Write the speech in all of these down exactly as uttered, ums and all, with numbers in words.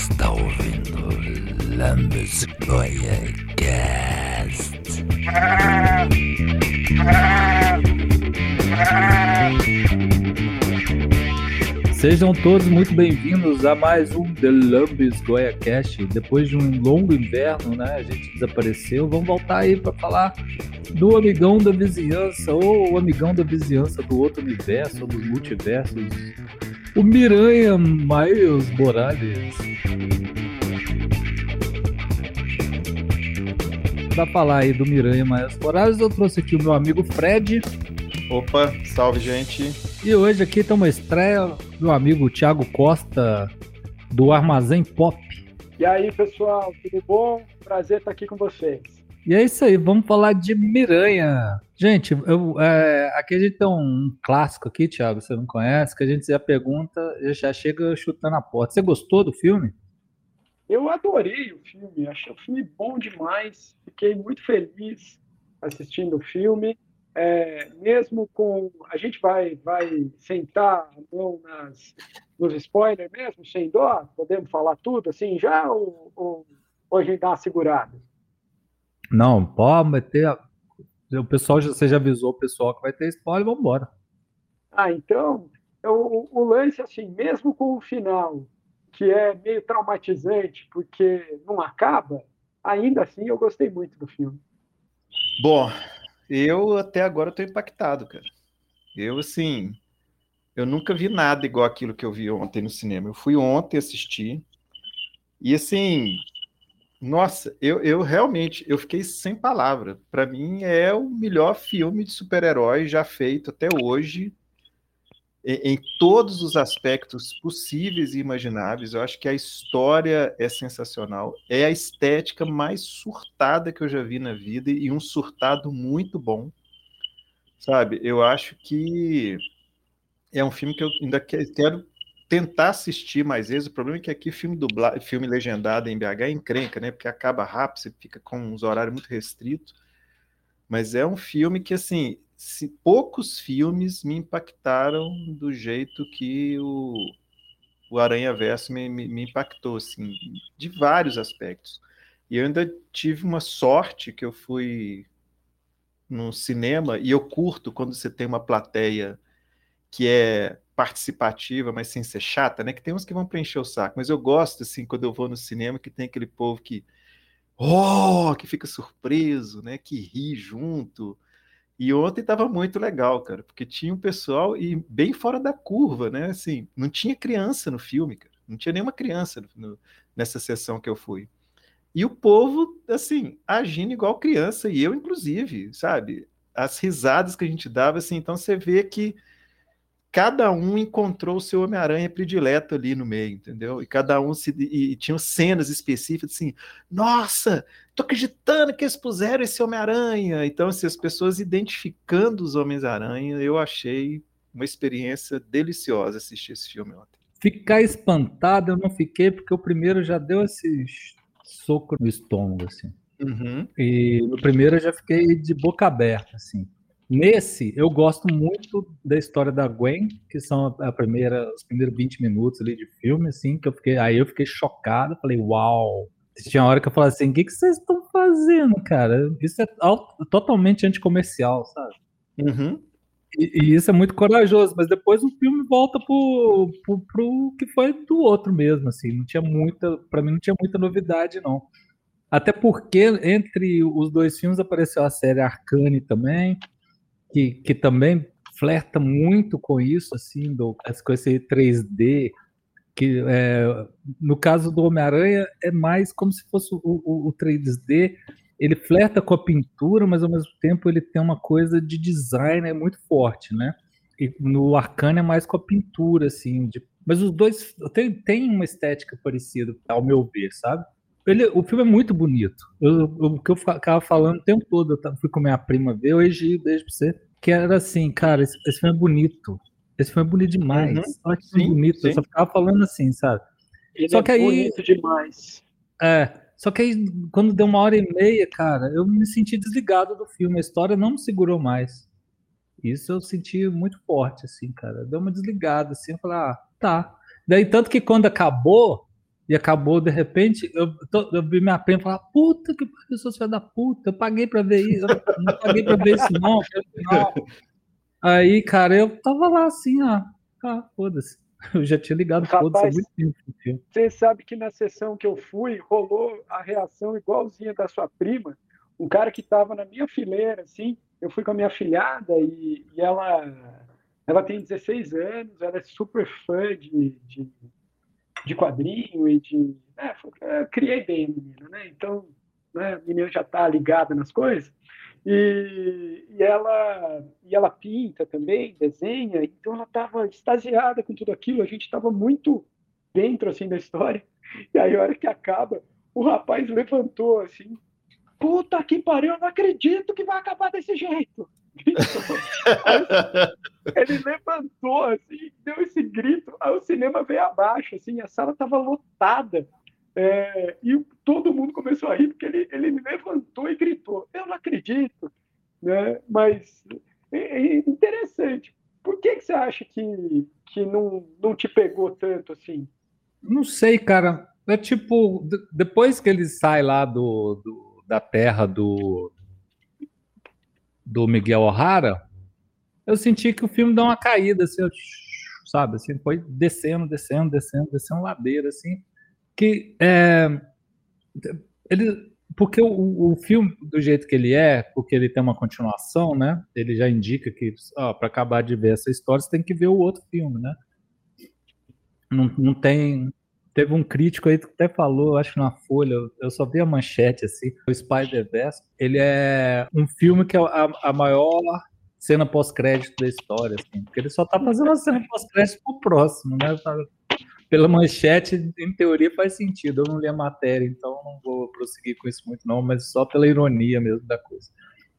está ouvindo Lambisgoia Cast. Sejam todos muito bem-vindos a mais um The Lambisgoia Cast. Depois de um longo inverno, né, a gente desapareceu. Vamos voltar aí para falar do amigão da vizinhança, ou o amigão da vizinhança do outro universo, ou dos multiversos, o Miranha Miles Morales. Para falar aí do Miranha Miles Morales, eu trouxe aqui o meu amigo Fred. Opa, salve, gente. E hoje aqui tem uma estreia do amigo Thiago Costa, do Armazém Pop. E aí, pessoal, tudo bom? Prazer estar aqui com vocês. E é isso aí, vamos falar de Miranha. Gente, eu, é, aqui a gente tem um clássico aqui, Thiago, você não conhece, que a gente já pergunta, já chega chutando a porta. Você gostou do filme? Eu adorei o filme, achei o filme bom demais, fiquei muito feliz assistindo o filme. É, mesmo com... A gente vai, vai sentar a mão nas, nos spoilers mesmo, sem dó? Podemos falar tudo assim já? Ou, ou, ou a gente dá uma segurada? Não, pode meter... O pessoal, você já avisou o pessoal que vai ter spoiler, vamos embora. Ah, então, o, o lance, assim, mesmo com o final, que é meio traumatizante, porque não acaba, ainda assim eu gostei muito do filme. Bom... Eu até agora estou impactado, cara. Eu, assim, eu nunca vi nada igual aquilo que eu vi ontem no cinema. Eu fui ontem assistir e, assim, nossa, eu, eu realmente, eu fiquei sem palavra. Para mim, é o melhor filme de super-herói já feito até hoje, em, em todos os aspectos possíveis e imagináveis. Eu acho que a história é sensacional. É a estética mais surtada que eu já vi na vida e um surtado muito bom, sabe? Eu acho que é um filme que eu ainda quero tentar assistir mais vezes. O problema é que aqui filme dublado, filme legendado em B H é encrenca, né? Porque acaba rápido, você fica com uns horários muito restritos. Mas é um filme que, assim, se, poucos filmes me impactaram do jeito que o, o Aranhaverso me, me, me impactou, assim, de vários aspectos. E eu ainda tive uma sorte que eu fui no cinema, e eu curto quando você tem uma plateia que é participativa, mas sem ser chata, né? Que tem uns que vão preencher o saco, mas eu gosto, assim, quando eu vou no cinema, que tem aquele povo que oh, que fica surpreso, né? Que ri junto. E ontem estava muito legal, cara, porque tinha um pessoal e bem fora da curva, né? Assim, não tinha criança no filme, cara. Não tinha nenhuma criança no, no, nessa sessão que eu fui. E o povo, assim, agindo igual criança, e eu, inclusive, sabe? As risadas que a gente dava, assim, então você vê que cada um encontrou o seu Homem-Aranha predileto ali no meio, entendeu? E cada um se, e, e tinham cenas específicas assim, nossa, tô acreditando que eles puseram esse Homem-Aranha. Então, assim, as pessoas identificando os Homens-Aranha, eu achei uma experiência deliciosa assistir esse filme ontem. Ficar espantado eu não fiquei, porque o primeiro já deu esse soco no estômago, assim. Uhum. E no primeiro eu já fiquei de boca aberta, assim. Nesse, eu gosto muito da história da Gwen, que são a primeira, os primeiros vinte minutos ali de filme, assim, que eu fiquei, aí eu fiquei chocado, falei, uau! Tinha uma hora que eu falei assim, o que, que vocês estão fazendo, cara? Isso é totalmente anticomercial, sabe? Uhum. E, e isso é muito corajoso, mas depois o filme volta pro, pro, pro que foi do outro mesmo, assim, não tinha muita, pra mim não tinha muita novidade, não. Até porque entre os dois filmes apareceu a série Arcane também, Que, que também flerta muito com isso, assim, do, com esse três D, que é, no caso do Homem-Aranha é mais como se fosse o, o, o três D, ele flerta com a pintura, mas ao mesmo tempo ele tem uma coisa de design é muito forte, né? E no Arcane é mais com a pintura, assim, de, mas os dois tem, tem uma estética parecida, ao meu ver, sabe? Ele, o filme é muito bonito. Eu, eu, o que eu ficava falando o tempo todo, eu fui com minha prima ver, hoje beijo pra você, que era assim, cara, esse, esse filme é bonito. Esse filme é bonito demais. Uhum. Olha que filme Sim, bonito. sim. Eu só ficava falando assim, sabe? Ele só é que aí, bonito demais. É, só que aí, quando deu uma hora e meia, cara, eu me senti desligado do filme. A história não me segurou mais. Isso eu senti muito forte, assim, cara. Deu uma desligada, assim, eu falei, ah, tá. Daí, tanto que quando acabou, e acabou de repente, eu, tô, eu vi minha prima falar, puta que pariu, seu filho da puta, eu paguei pra ver isso, eu não paguei pra ver isso não, não. Aí, cara, eu tava lá assim, ó, ah, foda-se, eu já tinha ligado, foda-se, há muito tempo no filme. Você sabe que na sessão que eu fui, rolou a reação igualzinha da sua prima, um cara que tava na minha fileira, assim, eu fui com a minha filhada e, e ela, ela tem dezesseis anos, ela é super fã de, de de quadrinho e de... É, eu criei bem a menina, né? Então, né, a menina já está ligada nas coisas. E, e, ela, e ela pinta também, desenha, então ela estava extasiada com tudo aquilo, a gente estava muito dentro, assim, da história. E aí, a hora que acaba, o rapaz levantou, assim, puta que pariu, eu não acredito que vai acabar desse jeito. Ele levantou, assim, deu esse grito, aí o cinema veio abaixo, assim, a sala estava lotada, é, e todo mundo começou a rir, porque ele, ele levantou e gritou, eu não acredito, né? Mas é, é interessante. Por que, que você acha que, que não, não te pegou tanto assim? Não sei, cara, é tipo, depois que ele sai lá do, do da terra do, do Miguel O'Hara, eu senti que o filme dá uma caída, assim, eu, sabe, assim, foi descendo, descendo, descendo, descendo ladeira, assim, que é, ele, porque o, o filme, do jeito que ele é, porque ele tem uma continuação, né, ele já indica que, para acabar de ver essa história, você tem que ver o outro filme, né, não, não tem... Teve um crítico aí que até falou, acho que na Folha, eu só vi a manchete, assim, o Spider-Verse, ele é um filme que é a, a maior cena pós-crédito da história, assim, porque ele só tá fazendo a cena pós-crédito pro próximo, né? Pela manchete, em teoria faz sentido. Eu não li a matéria, então não vou prosseguir com isso muito, não, mas só pela ironia mesmo da coisa.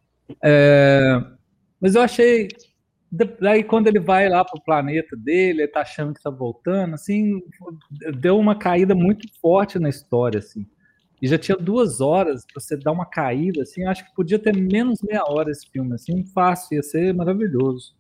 É, mas eu achei. Daí quando ele vai lá pro planeta dele, ele tá achando que tá voltando, assim, deu uma caída muito forte na história, assim. E já tinha duas horas para você dar uma caída, assim, acho que podia ter menos meia hora esse filme, assim, fácil, ia ser maravilhoso.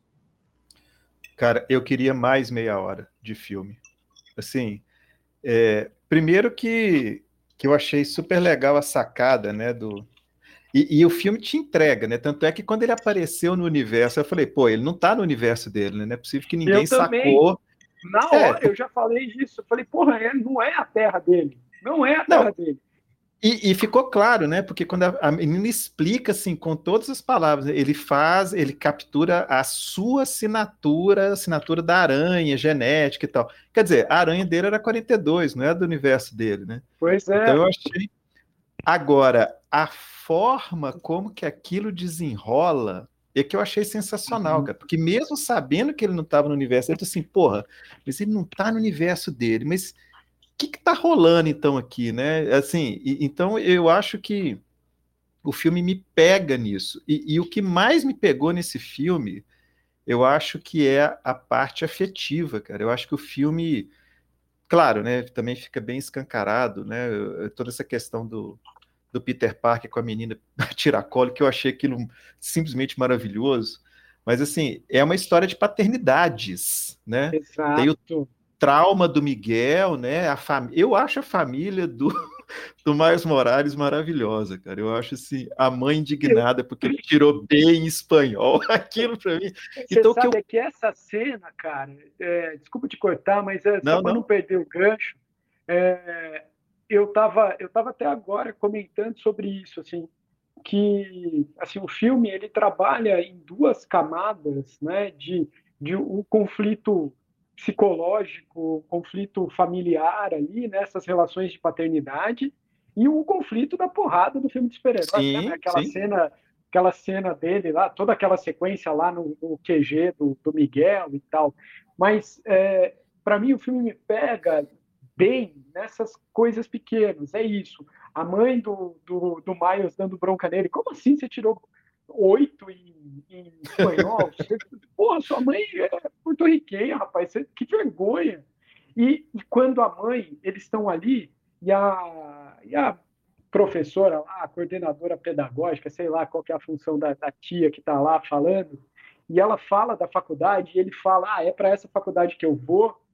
Cara, eu queria mais meia hora de filme. Assim, é, primeiro que, que eu achei super legal a sacada, né, do... E, e o filme te entrega, né? Tanto é que quando ele apareceu no universo, eu falei, pô, ele não tá no universo dele, né? Não é possível que ninguém eu também, sacou. Na hora, é, eu já falei isso. Eu falei, porra, é, não é a terra dele. Não é a terra não. dele. E, e ficou claro, né? Porque quando a, a menina explica assim, com todas as palavras, ele faz, ele captura a sua assinatura, assinatura da aranha, genética e tal. Quer dizer, a aranha dele era quarenta e dois, não é do universo dele, né? Pois é. Então eu achei. Agora, a forma como que aquilo desenrola é que eu achei sensacional, cara. Porque mesmo sabendo que ele não estava no universo, ele disse assim, porra, mas ele não está no universo dele, mas o que que tá rolando então aqui, né? Assim, e, então eu acho que o filme me pega nisso. E, e o que mais me pegou nesse filme, eu acho que é a parte afetiva, cara. Eu acho que o filme, claro, né, também fica bem escancarado, né? Toda essa questão do, do Peter Parker com a menina tiracolo, que eu achei aquilo simplesmente maravilhoso. Mas assim, é uma história de paternidades, né? Exato. Tem o trauma do Miguel, né? A fam... Eu acho a família do, do Miles Morales maravilhosa, cara. Eu acho assim, a mãe indignada porque ele tirou bem em espanhol, aquilo para mim. Você então, sabe que, eu... é que essa cena, cara, é, desculpa te cortar, mas é, não, só para não. não perder o gancho, é, eu estava eu tava até agora comentando sobre isso, assim, que assim, o filme ele trabalha em duas camadas, né, de, de um conflito psicológico, um conflito familiar ali, nessas né, relações de paternidade, e o conflito da porrada do filme de super-herói, né? Aquela sim. cena, aquela cena dele lá, toda aquela sequência lá no, no Q G do, do Miguel e tal. Mas é, para mim o filme me pega bem nessas coisas pequenas, é isso. A mãe do, do, do Miles dando bronca nele, como assim você tirou oito em, em espanhol? Você, porra, sua mãe é porto-riquenha, rapaz, você, que vergonha. E, e quando a mãe, eles estão ali, e a, e a professora lá, a coordenadora pedagógica, sei lá qual que é a função da, da tia que está lá falando, e ela fala da faculdade, e ele fala, ah, é para essa faculdade que eu vou.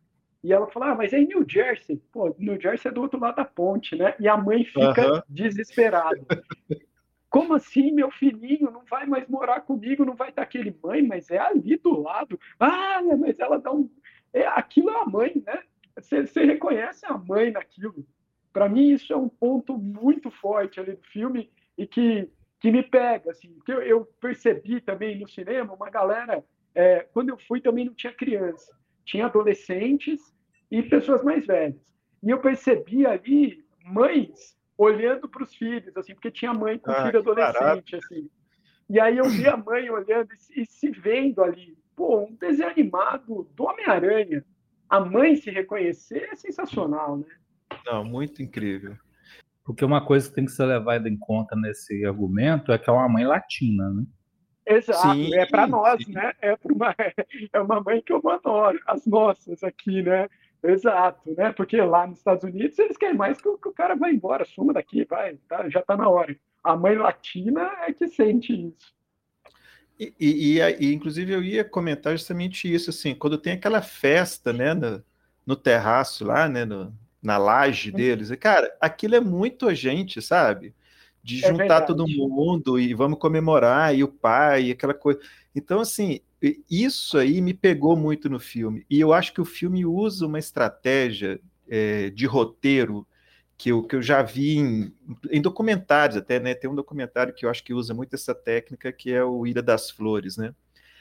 E ela fala, ah, mas é em New Jersey. Pô, New Jersey é do outro lado da ponte, né? E a mãe fica Aham. desesperada. Como assim, meu filhinho não vai mais morar comigo, não vai estar aquele mãe, mas é ali do lado. Ah, mas ela dá um... É, aquilo é a mãe, né? Você, você reconhece a mãe naquilo. Para mim, isso é um ponto muito forte ali do filme e que, que me pega. Assim, porque eu, eu percebi também no cinema uma galera... É, quando eu fui, também não tinha criança. Tinha adolescentes e pessoas mais velhas. E eu percebi ali mães olhando para os filhos, assim, porque tinha mãe com Ah, filho que barato. adolescente, assim. E aí eu vi a mãe olhando e, e se vendo ali. Pô, um desenho animado do Homem-Aranha. A mãe se reconhecer é sensacional, né? Não, muito incrível. Porque uma coisa que tem que ser levada em conta nesse argumento é que é uma mãe latina, né? Exato, Sim, é para nós, sim. né? É, uma, é uma mãe que eu adoro, as nossas aqui, né? Exato, né? Porque lá nos Estados Unidos eles querem mais que o, que o cara vá embora, suma daqui, vai, tá, já está na hora. A mãe latina é que sente isso. E, e, e, inclusive eu ia comentar justamente isso, assim, quando tem aquela festa, né, no, no terraço lá, né, no, na laje deles, e, cara, aquilo é muito a gente, sabe? De É juntar verdade. todo mundo e vamos comemorar, e o pai, e aquela coisa. Então, assim, isso aí me pegou muito no filme, e eu acho que o filme usa uma estratégia é, de roteiro que eu, que eu já vi em, em documentários até, né? Tem um documentário que eu acho que usa muito essa técnica, que é o Ilha das Flores, né?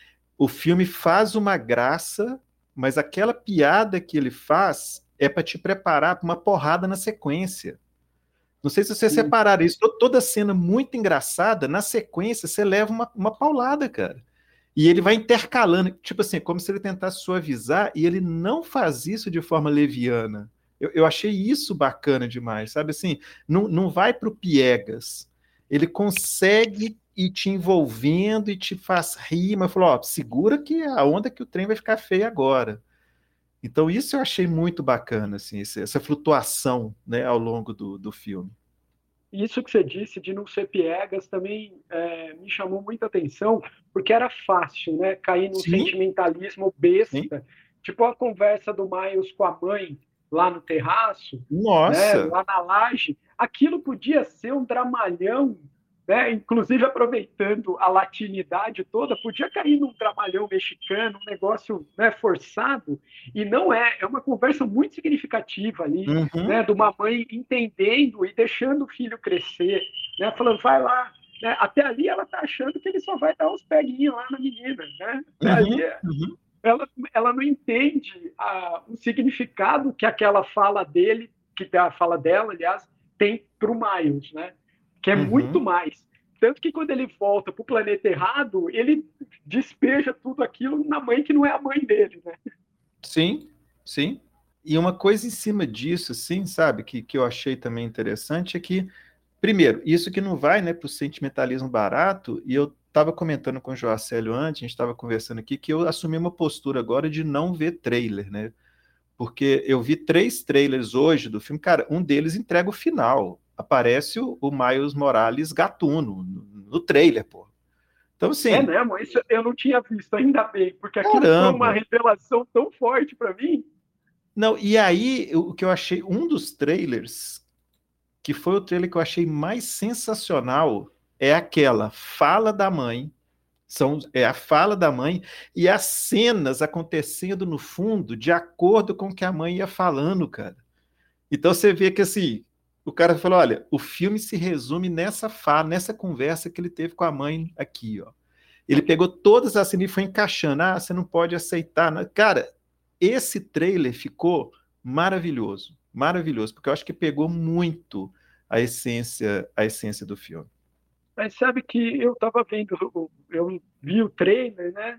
O filme faz uma graça, mas aquela piada que ele faz é para te preparar para uma porrada na sequência. Não sei se vocês Sim. separaram isso. Toda cena muito engraçada, na sequência você leva uma, uma paulada, cara. E ele vai intercalando, tipo assim, como se ele tentasse suavizar, e ele não faz isso de forma leviana. Eu, eu achei isso bacana demais, sabe assim? Não, não vai para o piegas. Ele consegue ir te envolvendo e te faz rir, mas falou, ó, segura que a onda que o trem vai ficar feia agora. Então isso eu achei muito bacana, assim, essa flutuação, né, ao longo do, do filme. Isso que você disse de não ser piegas também é, me chamou muita atenção, porque era fácil, né? Cair num Sim, sentimentalismo sim. besta. Tipo a conversa do Miles com a mãe lá no terraço, né? Nossa! Lá na laje. Aquilo podia ser um dramalhão, né? Inclusive aproveitando a latinidade toda, podia cair num dramalhão mexicano, um negócio, né, forçado, e não é, é uma conversa muito significativa ali, Uhum. né, de uma mãe entendendo e deixando o filho crescer, né, falando, vai lá, né, até ali ela tá achando que ele só vai dar uns peguinhos lá na menina, né, até Uhum. ali Uhum. ela, ela não entende a, o significado que aquela fala dele, que a fala dela, aliás, tem para o Miles, né? Que é Uhum. muito mais. Tanto que quando ele volta para o planeta errado, ele despeja tudo aquilo na mãe que não é a mãe dele, né? Sim, sim. E uma coisa em cima disso, assim, sabe, que, que eu achei também interessante é que, primeiro, isso que não vai, né, para o sentimentalismo barato, e eu estava comentando com o Joacélio antes, a gente estava conversando aqui, que eu assumi uma postura agora de não ver trailer, né? Porque eu vi três trailers hoje do filme, cara, um deles entrega o final. Aparece o, o Miles Morales gatuno no, no trailer, pô. Então, assim. É mesmo, isso eu não tinha visto, ainda bem, porque aquilo Caramba. foi uma revelação tão forte para mim. Não, e aí, o que eu achei, um dos trailers, que foi o trailer que eu achei mais sensacional, é aquela fala da mãe, são, é a fala da mãe e as cenas acontecendo no fundo de acordo com o que a mãe ia falando, cara. Então você vê que assim, o cara falou, olha, o filme se resume nessa fala, nessa conversa que ele teve com a mãe aqui, ó. Ele pegou todas as cenas e foi encaixando, ah, você não pode aceitar, né? Cara, esse trailer ficou maravilhoso, maravilhoso, porque eu acho que pegou muito a essência, a essência do filme. Mas sabe que eu estava vendo, eu vi o trailer, né?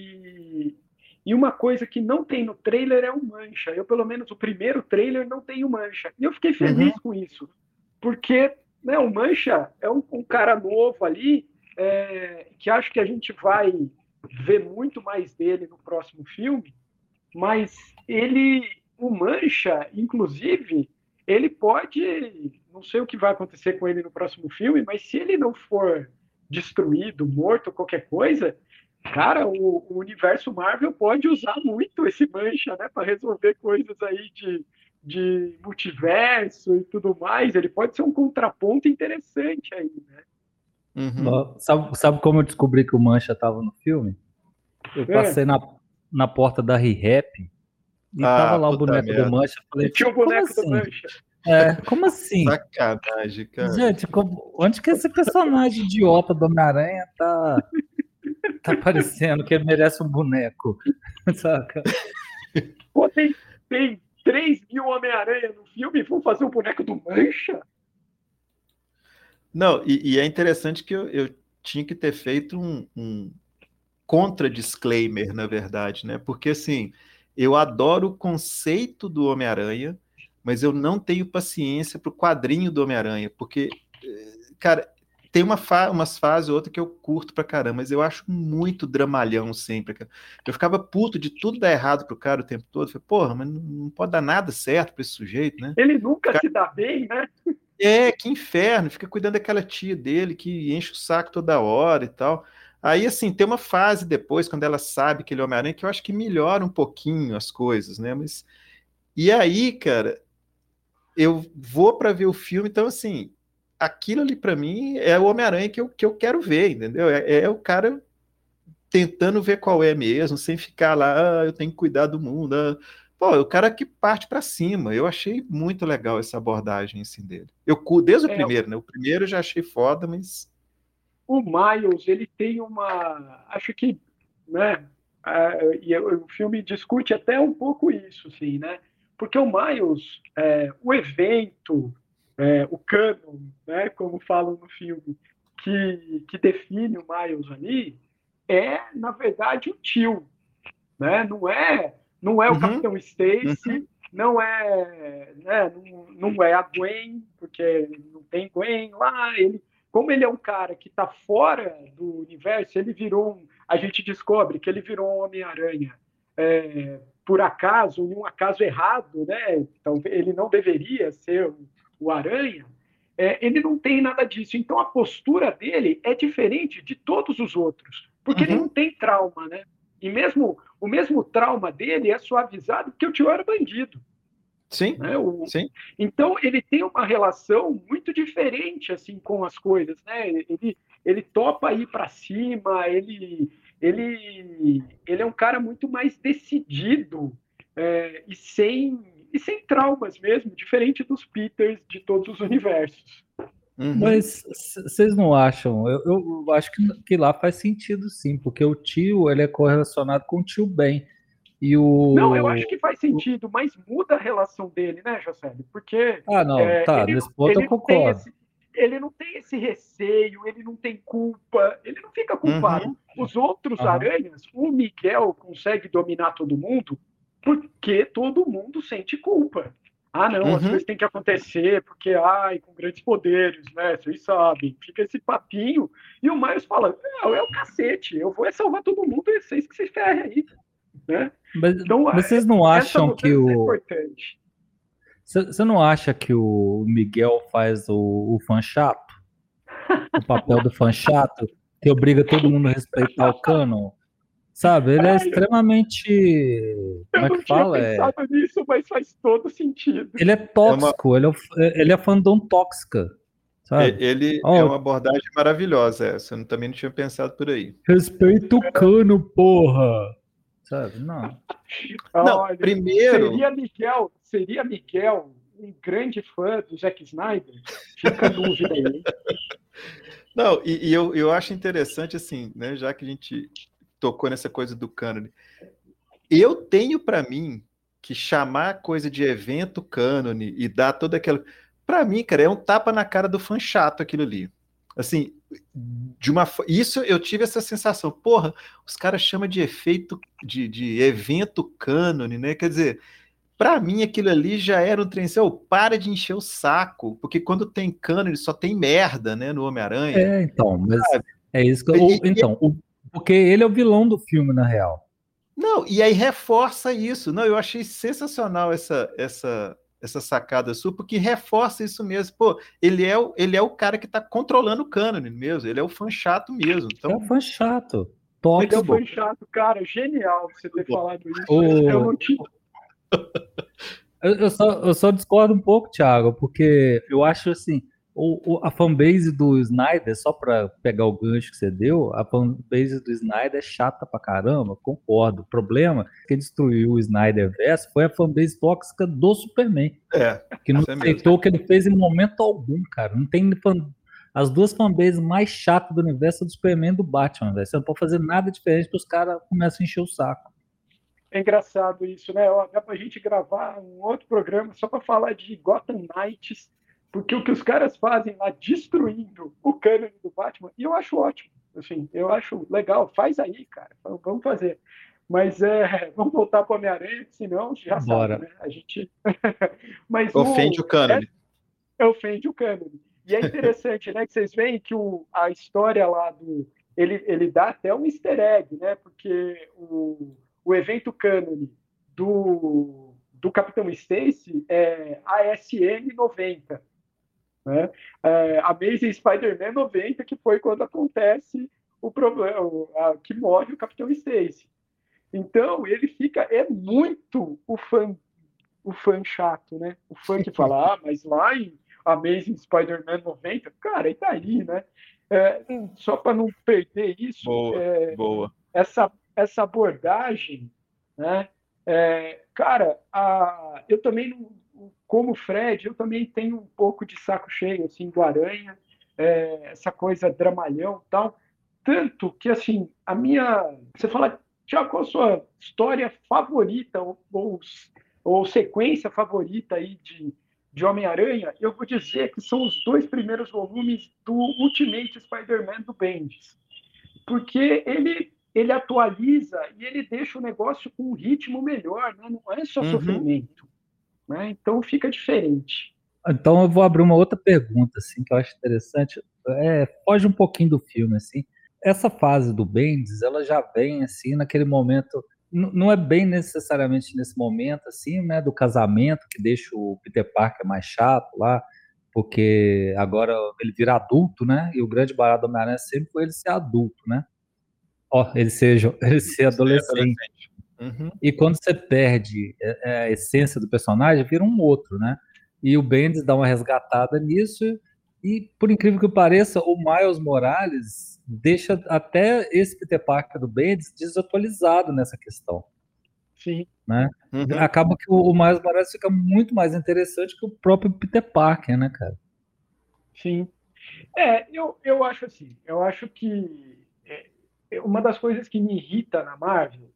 E, e uma coisa que não tem no trailer é o Mancha. Eu, pelo menos, o primeiro trailer não tem o Mancha. E eu fiquei feliz Uhum. com isso, porque, né, o Mancha é um, um cara novo ali, é, que acho que a gente vai ver muito mais dele no próximo filme, mas ele, o Mancha, inclusive, ele pode, não sei o que vai acontecer com ele no próximo filme, mas se ele não for destruído, morto, qualquer coisa, Cara, o, o universo Marvel pode usar muito esse mancha, né, para resolver coisas aí de, de multiverso e tudo mais. Ele pode ser um contraponto interessante aí, né? Uhum. Sabe, sabe como eu descobri que o Mancha estava no filme? Eu É. passei na, na porta da ReHap e tava Ah, lá o puta boneco do merda. Mancha. Eu falei E tinha o assim, como boneco do assim? Mancha. É, como assim? Sacanagem, cara. Gente, como- onde que esse personagem idiota do Homem-Aranha tá, tá parecendo que ele merece um boneco? Saca? Pô, tem, tem três mil Homem-Aranha no filme e vão fazer um boneco do Mancha? Não, e, e é interessante que eu, eu tinha que ter feito um, um contra-disclaimer, na verdade, né? Porque, assim, eu adoro o conceito do Homem-Aranha, mas eu não tenho paciência para o quadrinho do Homem-Aranha, porque, eh, cara, tem uma fa umas fases ou outra que eu curto pra caramba, mas eu acho muito dramalhão sempre, cara. Eu ficava puto de tudo dar errado pro cara o tempo todo. Eu falei, porra, mas não, não pode dar nada certo pra esse sujeito, né? Ele nunca Ficar... se dá bem, né? É, que inferno, fica cuidando daquela tia dele que enche o saco toda hora e tal. Aí, assim, tem uma fase depois, quando ela sabe que ele é Homem-Aranha, que eu acho que melhora um pouquinho as coisas, né? Mas. E aí, cara, eu vou para ver o filme, então, assim, aquilo ali para mim é o Homem-Aranha que eu, que eu quero ver, entendeu? É, é o cara tentando ver qual é mesmo, sem ficar lá, ah, eu tenho que cuidar do mundo. Ah. Pô, o cara que parte para cima. Eu achei muito legal essa abordagem assim dele. Eu desde o É, primeiro, né? O primeiro eu já achei foda, mas o Miles, ele tem uma. Acho que. Né, é, e o filme discute até um pouco isso, assim, né? Porque o Miles, é, o evento, é, o canon, né, como falam no filme, que, que define o Miles ali, é, na verdade, o tio, né? Não é, não é o uhum, Capitão Stacy, uhum. não é, né, não, não é a Gwen, porque não tem Gwen lá. Ele, como ele é um cara que está fora do universo, ele virou um, a gente descobre que ele virou um Homem-Aranha é, por acaso, em um acaso errado, né? Então ele não deveria ser o, o Aranha. É, ele não tem nada disso. Então a postura dele é diferente de todos os outros, porque uhum. ele não tem trauma, né? E mesmo o mesmo trauma dele é suavizado porque o tio era bandido. Sim, né? o... sim. Então ele tem uma relação muito diferente assim com as coisas, né? Ele ele topa ir para cima, ele ele ele é um cara muito mais decidido é, e sem e sem traumas mesmo, diferente dos Peters de todos os universos. Uhum. Mas vocês não acham? Eu, eu acho que, que lá faz sentido sim, porque o tio ele é correlacionado com o tio Ben. E o... Não, eu acho que faz sentido, mas muda a relação dele, né, José? Porque ah, não, é, tá, ele, nesse ponto ele eu concordo. Esse, ele não tem esse receio, ele não tem culpa, ele não fica culpado. Uhum. Os outros uhum. aranhas, o Miguel consegue dominar todo mundo porque todo mundo sente culpa. Ah, não, uhum. as coisas têm que acontecer porque, ai, com grandes poderes, né? Vocês sabem. Fica esse papinho. E o Miles fala, não, é o cacete, eu vou salvar todo mundo e vocês que se ferrem aí. Né? Mas, então, mas vocês não acham que o... é importante. Você não acha que o Miguel faz o, o fã chato? O papel do fã chato? Que obriga todo mundo a respeitar o canon? Sabe? Ele é extremamente... Como é que fala? Eu não tinha pensado é... nisso, mas faz todo sentido. Ele é tóxico, é uma... ele, é, ele é fandom tóxica. Sabe? Ele oh, é uma abordagem maravilhosa essa. Eu também não tinha pensado por aí. Respeita o cano, porra! Sabe? Não. Não, Olha, primeiro... Seria Miguel, seria Miguel um grande fã do Zack Snyder? Fica a dúvida aí. Não, e, e eu, eu acho interessante, assim, né, já que a gente tocou nessa coisa do cânone, eu tenho para mim que chamar coisa de evento cânone e dar toda aquela... Para mim, cara, é um tapa na cara do fã chato aquilo ali. Assim, de uma isso eu tive essa sensação, porra, os caras chamam de efeito de, de evento cânone, né? Quer dizer, para mim aquilo ali já era um trem, oh, para de encher o saco, porque quando tem cânone só tem merda, né, no Homem-Aranha. É, então, mas sabe? É isso que eu, e, então, e... o, porque ele é o vilão do filme na real. Não, e aí reforça isso. Não, eu achei sensacional essa essa essa sacada sua, porque reforça isso mesmo. Pô, ele é o, ele é o cara que tá controlando o cânone mesmo, ele é o fã chato mesmo. Então... É o fã chato. Então foi chato, cara, genial você ter falado isso. O... Eu não tinha... Eu, eu, só, eu só discordo um pouco, Thiago, porque eu acho assim, o, o, a fanbase do Snyder, só pra pegar o gancho que você deu, a fanbase do Snyder é chata pra caramba, concordo. O problema que destruiu o Snyderverse foi a fanbase tóxica do Superman. É, que não aceitou o que ele fez em momento algum, cara. Não tem fan... As duas fanbases mais chatas do universo do Superman e do Batman, velho. Você não pode fazer nada diferente que os caras começam a encher o saco. É engraçado isso, né? Ó, dá pra gente gravar um outro programa só para falar de Gotham Knights, porque o que os caras fazem lá destruindo o cânone do Batman, e eu acho ótimo, assim, eu acho legal, faz aí, cara, vamos fazer. Mas é, vamos voltar para o Homem-Aranha, senão já Bora. sabe, né? A gente... Mas ofende o, o cânone. É, ofende o cânone. E é interessante, né, que vocês veem que o, a história lá do... Ele, ele dá até um easter egg, né? Porque o... O evento cânone do, do Capitão Stacy é A S M noventa, né? É, Amazing Spider-Man noventa, que foi quando acontece o problema, a, que morre o Capitão Stacy. Então, ele fica, é muito o fã, o fã chato, né? O fã que fala, ah, mas lá em Amazing Spider-Man noventa, cara, e daí, né? É, só para não perder isso, boa, é, boa. essa essa abordagem, né? É, cara, a, eu também, como Fred, eu também tenho um pouco de saco cheio, assim, do Aranha, é, essa coisa dramalhão e tal, tanto que, assim, a minha... Você fala, Tiago, qual a sua história favorita ou, ou, ou sequência favorita aí de, de Homem-Aranha? Eu vou dizer que são os dois primeiros volumes do Ultimate Spider-Man do Bendis, porque ele ele atualiza e ele deixa o negócio com um ritmo melhor, né? Não é só uhum. sofrimento, né? Então fica diferente. Então eu vou abrir uma outra pergunta, assim, que eu acho interessante. É, foge um pouquinho do filme, assim. Essa fase do Bendis, ela já vem, assim, naquele momento... Não é bem necessariamente nesse momento, assim, né? Do casamento, que deixa o Peter Parker mais chato lá, porque agora ele vira adulto, né? E o grande barato do Homem-Aranha sempre foi ele ser adulto, né? Ó, oh, ele, seja, ele ser adolescente. Uhum. E quando você perde a essência do personagem, vira um outro, né? E o Bendis dá uma resgatada nisso, e por incrível que pareça, o Miles Morales deixa até esse Peter Parker do Bendis desatualizado nessa questão. Sim. Né? Uhum. Acaba que o Miles Morales fica muito mais interessante que o próprio Peter Parker, né, cara? Sim. É, eu, eu acho assim, eu acho que uma das coisas que me irrita na Marvel,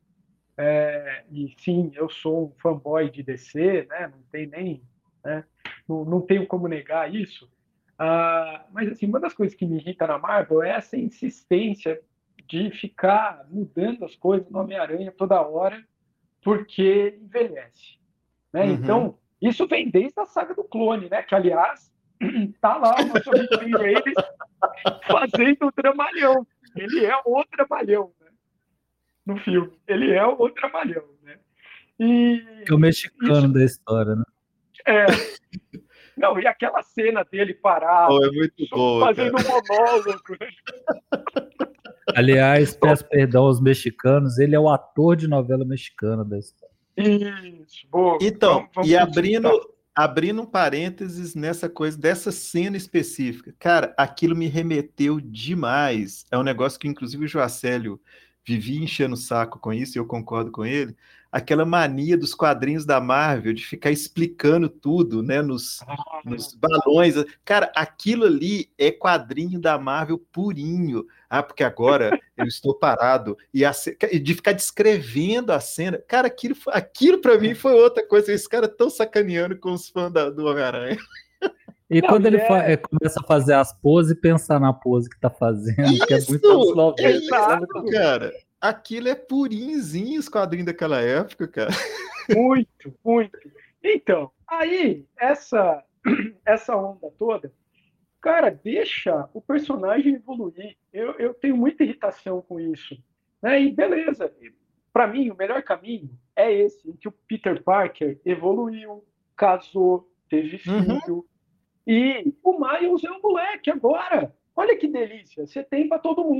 é, e sim, eu sou um fanboy de D C, né, não tem nem, né, não, não tenho como negar isso, uh, mas assim, uma das coisas que me irrita na Marvel é essa insistência de ficar mudando as coisas no Homem-Aranha toda hora, porque envelhece. Né? Uhum. Então, isso vem desde a saga do Clone, né, que aliás, tá lá o nosso amigo Vin Rames fazendo o dramalhão. Ele é o trabalhão, né? No filme. Ele é o trabalhão, né? E... Que é o mexicano isso... da história, né? É. Não, e aquela cena dele parado, oh, é muito boa, fazendo cara. um monólogo. Aliás, peço perdão aos mexicanos, ele é o ator de novela mexicana da história. Isso, boa. Então, vamos, vamos e abrindo... Abrindo um parênteses nessa coisa, dessa cena específica. Cara, aquilo me remeteu demais. É um negócio que, inclusive, o Joacélio vivia enchendo o saco com isso, e eu concordo com ele. Aquela mania dos quadrinhos da Marvel de ficar explicando tudo, né, nos, ah, nos balões. Cara, aquilo ali é quadrinho da Marvel purinho. Ah, porque agora eu estou parado. E a, de ficar descrevendo a cena. Cara, aquilo, aquilo para mim foi outra coisa. Esse cara tão sacaneando com os fãs da, do Homem-Aranha. E Não, quando ele é... começa a fazer as poses e pensar na pose que tá fazendo, isso, que é muito anos noventa. É exato, cara. Aquilo é purinhozinho os quadrinhos daquela época, cara. Muito, muito. Então, aí, essa, essa onda toda, cara, deixa o personagem evoluir. Eu, eu tenho muita irritação com isso. Né? E beleza, para mim, o melhor caminho é esse, em que o Peter Parker evoluiu, casou, teve filho, uhum. E o Miles é um moleque agora. Olha que delícia, você tem para todo mundo.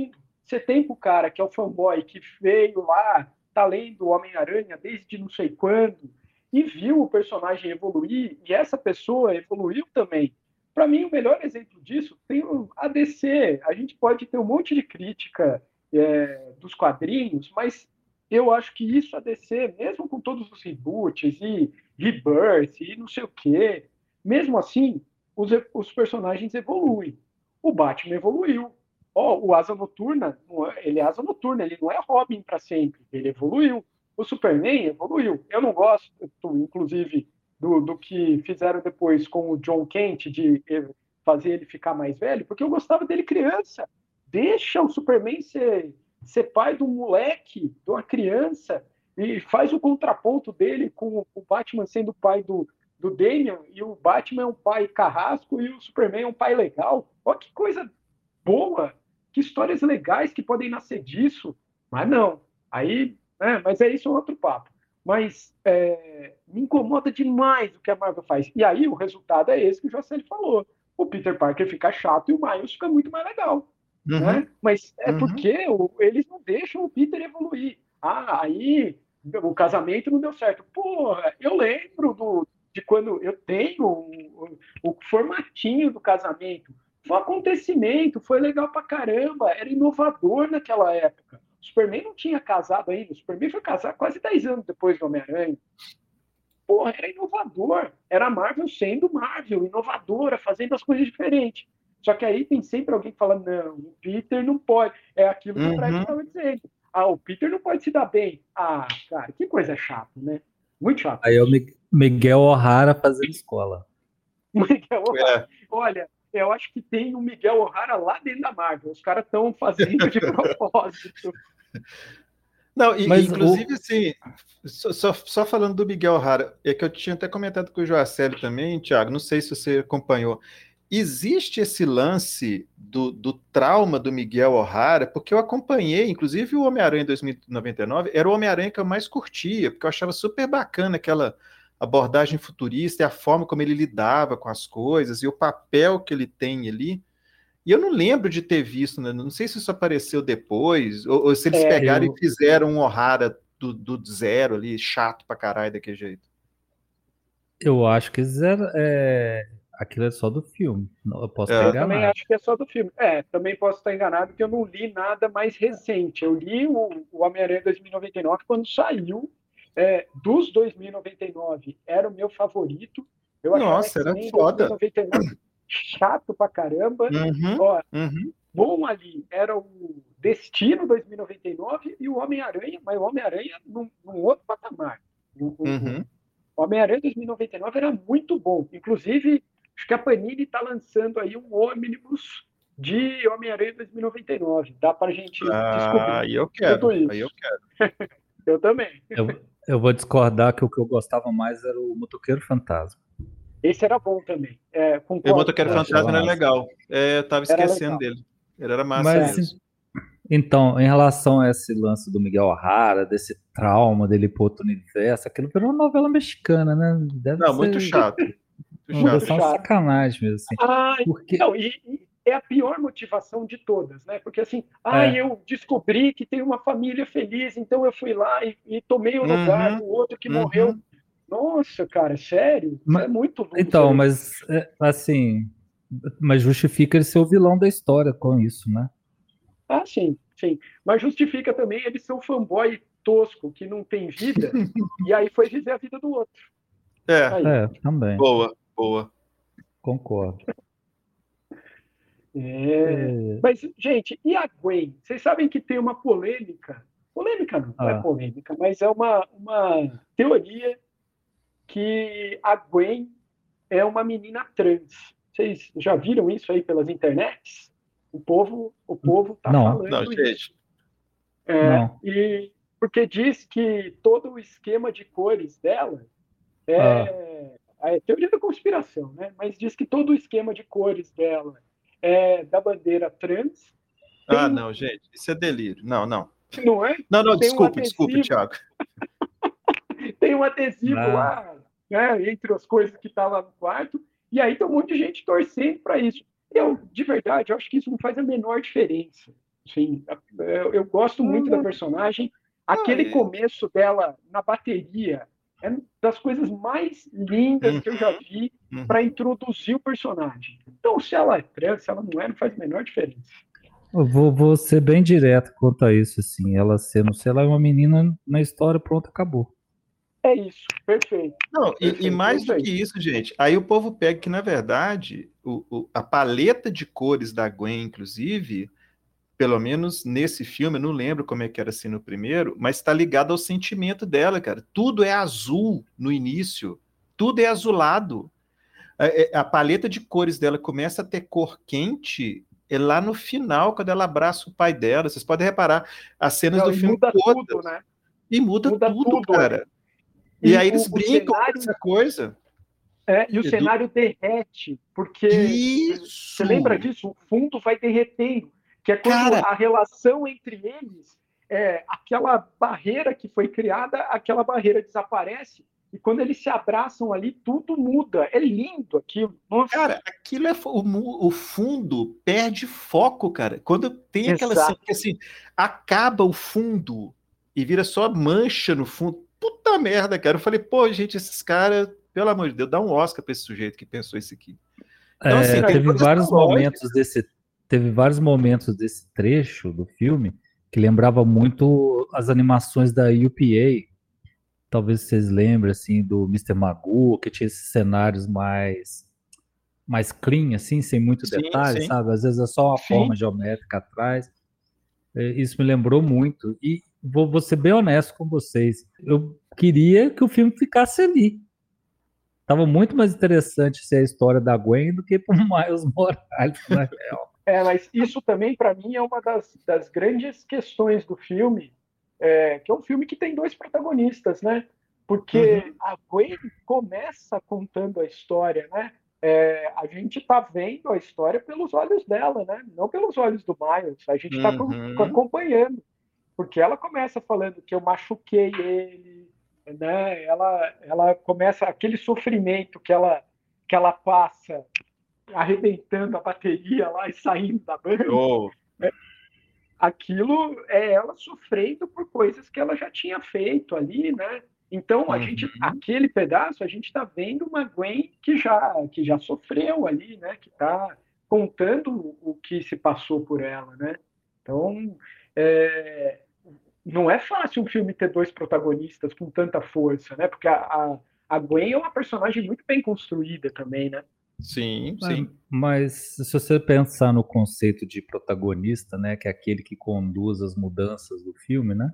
você tem pro cara que é o fanboy, que veio lá, tá lendo Homem-Aranha desde não sei quando, e viu o personagem evoluir, e essa pessoa evoluiu também. Para mim, o melhor exemplo disso tem a D C. A gente pode ter um monte de crítica é, dos quadrinhos, mas eu acho que isso a D C, mesmo com todos os reboots e rebirth e não sei o quê, mesmo assim, os, os personagens evoluem. O Batman evoluiu. Oh, o Asa Noturna, ele é Asa Noturna, ele não é Robin para sempre, ele evoluiu. O Superman evoluiu. Eu não gosto, inclusive, do, do que fizeram depois com o John Kent, de fazer ele ficar mais velho, porque eu gostava dele criança. Deixa o Superman ser, ser pai de um moleque, de uma criança, e faz o contraponto dele com o Batman sendo pai do, do Damian, e o Batman é um pai carrasco e o Superman é um pai legal. Olha que coisa boa, que histórias legais que podem nascer disso. Mas não, aí, né, mas é isso, é outro papo. Mas é, me incomoda demais o que a Marvel faz. E aí o resultado é esse que o Jocelyn falou. O Peter Parker fica chato e o Miles fica muito mais legal. Uhum. Né? Mas é uhum. porque o, eles não deixam o Peter evoluir. Ah, aí o casamento não deu certo. Porra, eu lembro do, de quando eu tenho o, o, o formatinho do casamento. Foi um acontecimento, foi legal pra caramba, era inovador naquela época. O Superman não tinha casado ainda, o Superman foi casar quase dez anos depois do Homem-Aranha. Porra, era inovador. Era a Marvel sendo Marvel, inovadora, fazendo as coisas diferentes. Só que aí tem sempre alguém que fala, não, o Peter não pode. É aquilo que uhum. o Fred estava dizendo. Ah, o Peter não pode se dar bem. Ah, cara, que coisa chata, né? Muito chato. Aí é o Miguel O'Hara fazendo escola. Miguel O'Hara. É. Olha, eu acho que tem o Miguel O'Hara lá dentro da Marvel. Os caras estão fazendo de propósito. Não, e, Mas inclusive, o... assim, só, só falando do Miguel O'Hara, é que eu tinha até comentado com o Joacélio também, Thiago, não sei se você acompanhou. Existe esse lance do, do trauma do Miguel O'Hara, porque eu acompanhei, inclusive o Homem-Aranha dois mil e noventa e nove, era o Homem-Aranha que eu mais curtia, porque eu achava super bacana aquela abordagem futurista e a forma como ele lidava com as coisas e o papel que ele tem ali. E eu não lembro de ter visto, né? Não sei se isso apareceu depois, ou, ou se eles é, pegaram eu... e fizeram um O'Hara do, do zero ali, chato pra caralho daquele jeito. Eu acho que zero, é... aquilo é só do filme. Eu posso é. estar Eu enganado. também acho que é só do filme. É, também posso estar enganado, porque eu não li nada mais recente. Eu li o, o Homem-Aranha dois mil e noventa e nove quando saiu. É, dos dois mil e noventa e nove, era o meu favorito. Eu Nossa, era foda. dois mil e noventa e nove chato pra caramba. Uhum, Ó, uhum. Bom ali era o Destino dois mil e noventa e nove e o Homem-Aranha, mas o Homem-Aranha num, num outro patamar. O, uhum. o Homem-Aranha dois mil e noventa e nove era muito bom. Inclusive, acho que a Panini está lançando aí um ônibus de Homem-Aranha dois mil e noventa e nove. Dá pra gente ah, descobrir. Aí eu quero, aí eu quero. Eu também. Eu, eu vou discordar que o que eu gostava mais era o Motoqueiro Fantasma. Esse era bom também. É, o Motoqueiro Fantasma era legal. É, eu tava esquecendo dele. Ele era massa Mas, mesmo. Então, em relação a esse lance do Miguel O'Hara, desse trauma dele ir para outro universo, aquilo virou uma novela mexicana, né? Deve não, ser... muito chato. Muito chato. Deve ser uma sacanagem mesmo. Assim. Ah, Porque... não, e, e é a pior motivação de todas, né? Porque assim, ah, é. eu descobri que tem uma família feliz, então eu fui lá e, e tomei o uhum, lugar do outro que uhum. morreu. Nossa, cara, sério? Mas, isso é muito louco. Então, aí. mas assim, mas justifica ele ser o vilão da história com isso, né? Ah, sim, sim. Mas justifica também ele ser um fanboy tosco, que não tem vida, e aí foi viver a vida do outro. É, é também. Boa, boa. Concordo. É... É... Mas, gente, e a Gwen? Vocês sabem que tem uma polêmica, polêmica não, não ah. é polêmica, mas é uma, uma teoria que a Gwen é uma menina trans. Vocês já viram isso aí pelas internets? O povo, o povo tá não, falando não, isso. É, não. E porque diz que todo o esquema de cores dela é, ah. é teoria da conspiração, né? Mas diz que todo o esquema de cores dela é da bandeira trans. Ah, não, gente, isso é delírio. Não, não. Não é? Não, não, Tem desculpe, um desculpe, Thiago. Tem um adesivo ah. lá, né, entre as coisas que tá lá no quarto, e aí tem um monte de gente torcendo para isso. Eu, de verdade, eu acho que isso não faz a menor diferença. sim. Eu, eu gosto muito da personagem. Aquele começo dela na bateria é uma das coisas mais lindas que eu já vi para introduzir o personagem. Então, se ela é trans, se ela não é, não faz a menor diferença. Eu vou, vou ser bem direto quanto a isso, assim. Ela sendo, sei lá, uma menina na história, pronto, acabou. É isso, perfeito. Não, perfeito, e, e mais é do isso que isso, gente, aí o povo pega que, na verdade, o, o, a paleta de cores da Gwen, inclusive, pelo menos nesse filme, eu não lembro como é que era assim no primeiro, mas está ligado ao sentimento dela, cara. Tudo é azul no início, tudo é azulado. A, a paleta de cores dela começa a ter cor quente é lá no final, quando ela abraça o pai dela. Vocês podem reparar, as cenas Não, do e filme muda todas. tudo, né? E muda, Muda tudo, tudo, cara. E, E aí o, eles o brincam cenário, com essa coisa. É, e o Do... cenário derrete, porque Isso! você lembra disso? O fundo vai derretendo, que é quando Cara, a relação entre eles, é, aquela barreira que foi criada, aquela barreira desaparece, e quando eles se abraçam ali, tudo muda. É lindo aquilo. Nossa. Cara, aquilo é o, o fundo perde foco, cara. Quando tem aquela Exato. cena que assim, acaba o fundo e vira só mancha no fundo. Puta merda, cara. Eu falei, pô, gente, esses caras, pelo amor de Deus, dá um Oscar pra esse sujeito que pensou isso aqui. Então, assim, É, tem teve toda essa vários lógica. momentos desse, teve vários momentos desse trecho do filme que lembrava muito as animações da U P A. Talvez vocês lembrem assim do mister Magoo, que tinha esses cenários mais mais clean, assim, sem muito Sim, detalhe, sim. sabe? Às vezes é só uma Sim. forma geométrica atrás. É, isso me lembrou muito. E vou, vou ser bem honesto com vocês. Eu queria que o filme ficasse ali. Tava muito mais interessante ser a história da Gwen do que pro Miles Morales, na real. É, mas isso também, para mim, é uma das, das grandes questões do filme, é, que é um filme que tem dois protagonistas, né? Porque Uhum. a Gwen começa contando a história, né? É, a gente está vendo a história pelos olhos dela, né? Não pelos olhos do Miles. A gente está Uhum. acompanhando, porque ela começa falando que eu machuquei ele, né? Ela, ela começa aquele sofrimento que ela que ela passa arrebentando a bateria lá e saindo da banda. Oh. Aquilo é ela sofrendo por coisas que ela já tinha feito ali, né? Então, a Uhum. gente, aquele pedaço, a gente está vendo uma Gwen que já, que já sofreu ali, né? Que está contando o que se passou por ela, né? Então, é, não é fácil um filme ter dois protagonistas com tanta força, né? Porque a, a, a Gwen é uma personagem muito bem construída também, né? Sim, Mas, sim. mas se você pensar no conceito de protagonista, né, que é aquele que conduz as mudanças do filme, né?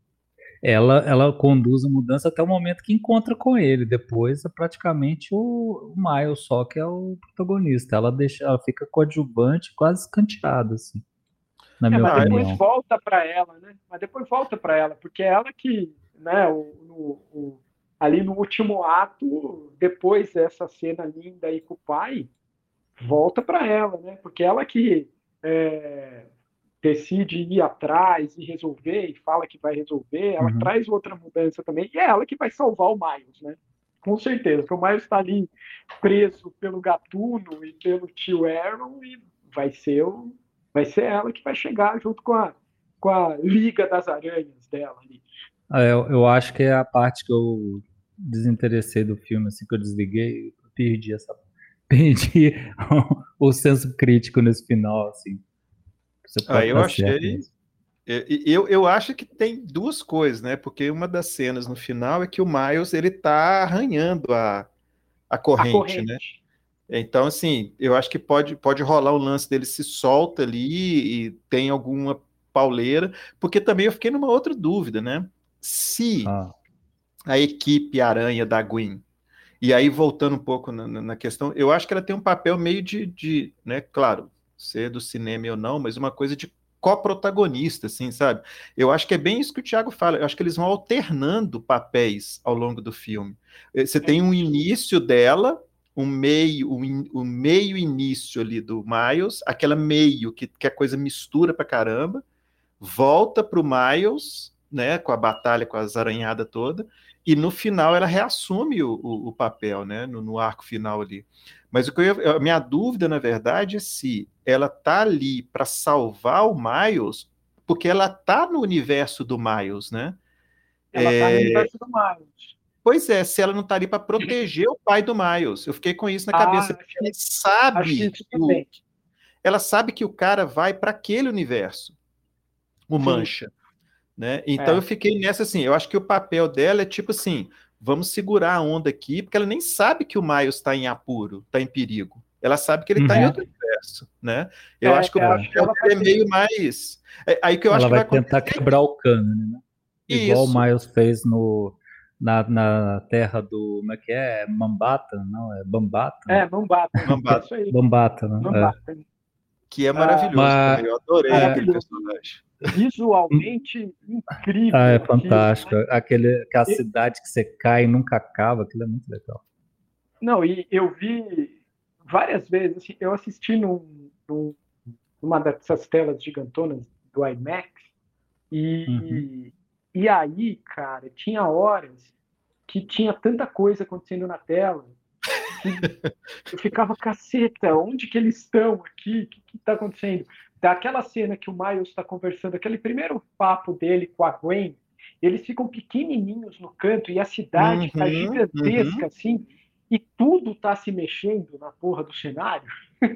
Ela, ela conduz a mudança até o momento que encontra com ele. Depois é praticamente o, o Miles só que é o protagonista. Ela deixa, ela fica coadjuvante, quase escanteada, assim, na É, minha mas depois opinião. volta para ela, né? Mas depois volta para ela, porque é ela que, né, o, o, o, ali no último ato, depois dessa cena linda aí com o pai, volta para ela, né? Porque ela que é, decide ir atrás e resolver, e fala que vai resolver, ela Uhum. traz outra mudança também, e é ela que vai salvar o Miles, né? Com certeza, porque o Miles está ali preso pelo Gatuno e pelo tio Aaron, e vai ser, o, vai ser ela que vai chegar junto com a, com a Liga das Aranhas dela ali. É, eu, eu acho que é a parte que eu desinteressei do filme, assim, que eu desliguei, eu perdi essa. Perdi o, o senso crítico nesse final, assim. Você Ah, pode eu estar certo achei. nisso. Eu, eu acho que tem duas coisas, né? Porque uma das cenas no final é que o Miles ele tá arranhando a, a A corrente, né? corrente. Então, assim, eu acho que pode, pode rolar o lance dele se solta ali e tem alguma pauleira, porque também eu fiquei numa outra dúvida, né? Se Ah, a equipe Aranha da Gwen, e aí voltando um pouco na, na questão, eu acho que ela tem um papel meio de, de, né, claro, ser do cinema ou não, mas uma coisa de coprotagonista, assim, sabe? Eu acho que é bem isso que o Thiago fala, eu acho que eles vão alternando papéis ao longo do filme. Você tem um início dela, um meio, um, um meio início ali do Miles, aquela meio que, que a coisa mistura pra caramba, volta pro Miles, né, com a batalha, com as aranhadas toda, e no final ela reassume o, o, o papel, né? No, no arco final ali. Mas o que eu, a minha dúvida, na verdade, é se ela tá ali para salvar o Miles, porque ela tá no universo do Miles, né? Ela é... tá no universo do Miles. Pois é, se ela não tá ali para proteger o pai do Miles. Eu fiquei com isso na Ah, cabeça. Porque ela sabe acho que que o, ela sabe que o cara vai para aquele universo, o Sim. Mancha, né? Então É. eu fiquei nessa assim, eu acho que o papel dela é tipo assim, vamos segurar a onda aqui, porque ela nem sabe que o Miles está em apuro, está em perigo. Ela sabe que ele está Uhum. em outro universo, né? Eu É, acho que o eu papel acho que ela dela é vai meio mais... É, aí que eu Ela acho que vai vai tentar acontecer. quebrar o cânone, né? Igual Isso. o Miles fez no, na, na terra do. Como é que é? Mambata? Não, é Bambata? É, Mambata. Mambata. É isso aí. Bambata, né? Mambata. Que é maravilhoso Ah, também. Eu adorei é, aquele personagem. Visualmente incrível. Ah, é aquilo, fantástico. né? Aquele, aquela E- cidade que você cai e nunca acaba, aquilo é muito legal. Não, e eu vi várias vezes, assim, eu assisti num, num, numa dessas telas gigantonas do IMAX, e, Uhum. e aí, cara, tinha horas que tinha tanta coisa acontecendo na tela que eu ficava, caceta, onde que eles estão aqui? O que está acontecendo? Daquela cena que o Miles está conversando, aquele primeiro papo dele com a Gwen, eles ficam pequenininhos no canto e a cidade está Uhum, gigantesca, uhum. assim, e tudo está se mexendo na porra do cenário.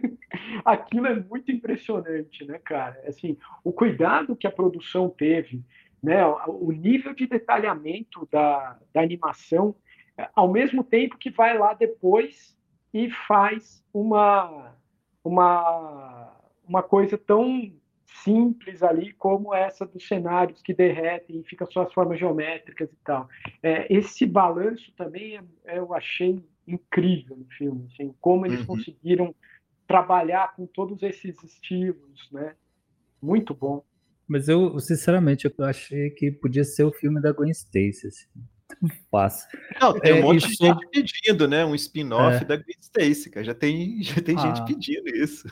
Aquilo é muito impressionante, né, cara? Assim, o cuidado que a produção teve, né, o nível de detalhamento da, da animação, ao mesmo tempo que vai lá depois e faz uma, uma, uma coisa tão simples ali como essa dos cenários que derretem e ficam só as formas geométricas e tal. É, esse balanço também é, eu achei incrível no filme, assim, como eles Uhum. conseguiram trabalhar com todos esses estilos, né? Muito bom. Mas eu, sinceramente, eu achei que podia ser o filme da Gwen Stacy. Assim. Fácil. Não, tem um É, monte e de sobre- gente pedindo, né? Um spin-off é, da Gwen Stacy, cara. Já tem, já tem gente ah, pedindo isso.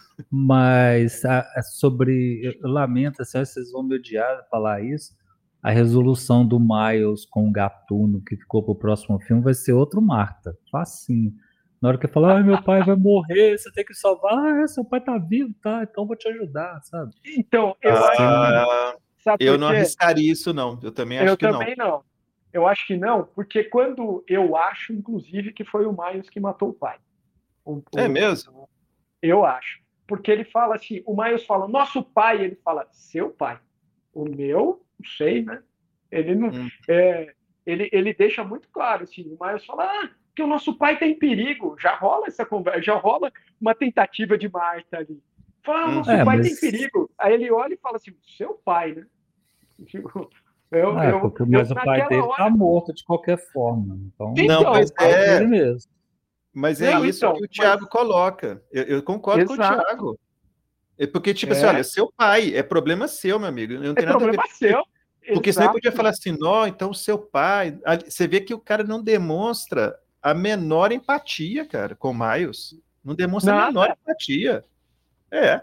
mas a- a sobre. Eu lamento, assim, vocês vão me odiar falar isso. A resolução do Miles com o Gatuno que ficou pro próximo filme vai ser outro Marta. Facinho. Na hora que ele falar, ai, meu pai vai morrer, você tem que salvar. Ah, é, seu pai tá vivo, tá? Então eu vou te ajudar, sabe? Então, eu Vai ser acho um- Ah, que, sabe eu por não quê? arriscaria isso, não. Eu também Eu acho que não. também não. Eu acho que não, porque quando eu acho, inclusive, que foi o Miles que matou o pai. O- É o- mesmo? Eu acho. Porque ele fala assim, o Miles fala, nosso pai, ele fala, seu pai. O meu, não sei, né? Ele não. Hum. É, ele, ele deixa muito claro, assim, o Miles fala, ah, que o nosso pai está em perigo. Já rola essa conversa, já rola uma tentativa de Marta ali. Fala, ah, o nosso É, pai mas- tem perigo. Aí ele olha e fala assim, seu pai, né? Tipo, Eu, Ah, eu, porque, eu, mas o pai naquela dele hora. tá morto de qualquer forma. Então, Então, Não, mas é o pai é, dele mesmo. mas é Não, isso então, que o mas- Thiago coloca. Eu, eu concordo com o Exato. Thiago. É porque, tipo assim, É. olha, seu pai, é problema seu, meu amigo. Não É tem nada a ver. problema seu. Porque senão ele podia Exato. falar assim, não, então seu pai. Ali- Você vê que o cara não demonstra a menor empatia, cara, com o Miles. Não demonstra a Nada. menor empatia. É.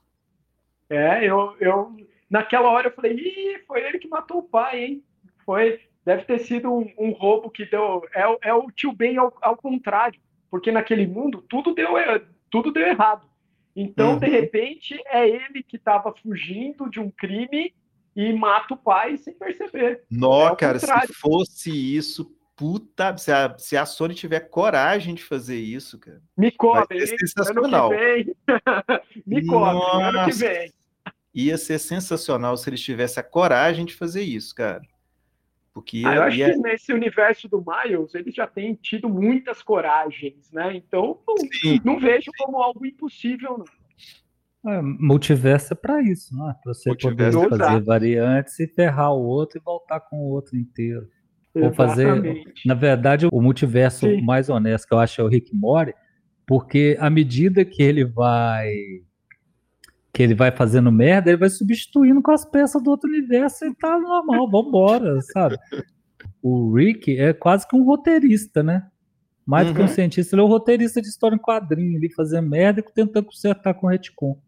É, eu, eu. Naquela hora eu falei, ih, foi ele que matou o pai, hein? Foi. Deve ter sido um, um roubo que deu. É, o- é o tio Ben ao, ao contrário. Porque naquele mundo tudo deu, er- tudo deu errado. Então, Uhum. de repente, é ele que estava fugindo de um crime e mata o pai sem perceber. Nó, É o cara, se contrário. fosse isso, puta, se a, se a Sony tiver coragem de fazer isso, cara, Me vai cobrem, ser hein? Ano que sensacional. vem. Me cobrem, ano que Nossa, vem. ia ser sensacional se eles tivessem a coragem de fazer isso, cara. Porque Ah, eu ia, acho ia- que nesse universo do Miles, ele já tem tido muitas coragens, né? Então, não, sim, não vejo como algo impossível, não. É, multiverso é pra isso, né? Pra você Multiverso poder é- fazer Exato. variantes e ferrar o outro e voltar com o outro inteiro. Ou fazer. Exatamente. Na verdade, o multiverso Sim. mais honesto que eu acho é o Rick Mori, porque à medida que ele vai. Que ele vai fazendo merda, ele vai substituindo com as peças do outro universo e tá normal, vambora, sabe? O Rick é quase que um roteirista, né? Mais do que um Uhum. cientista, ele é um roteirista de história em quadrinho, ali fazendo merda e tentando consertar com o retcon.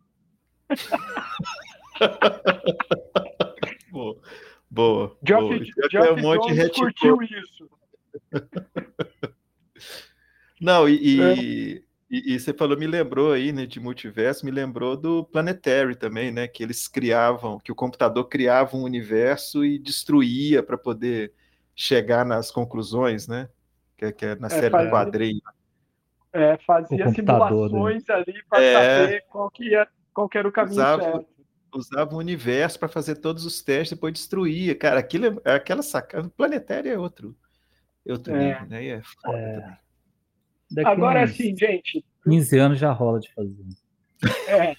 Boa, boa. Geoff, boa. Já Geoff tem um monte de Jones retcon. curtiu isso. Não, e, e, e, e você falou, me lembrou aí, né, de multiverso, me lembrou do Planetary também, né, que eles criavam, que o computador criava um universo e destruía para poder chegar nas conclusões, né, que, é- que é na É, série do fazia, quadrinho. é, O fazia computador dele. simulações ali para É, saber qual que, ia, qual que era o caminho usava, certo. usava o universo para fazer todos os testes, depois destruía. Cara, aquilo é, é aquela sacada. O Planetário é outro, é outro É. nível, né? E é foda também. Daqui Agora, uns assim, gente, quinze anos já rola de fazer. é,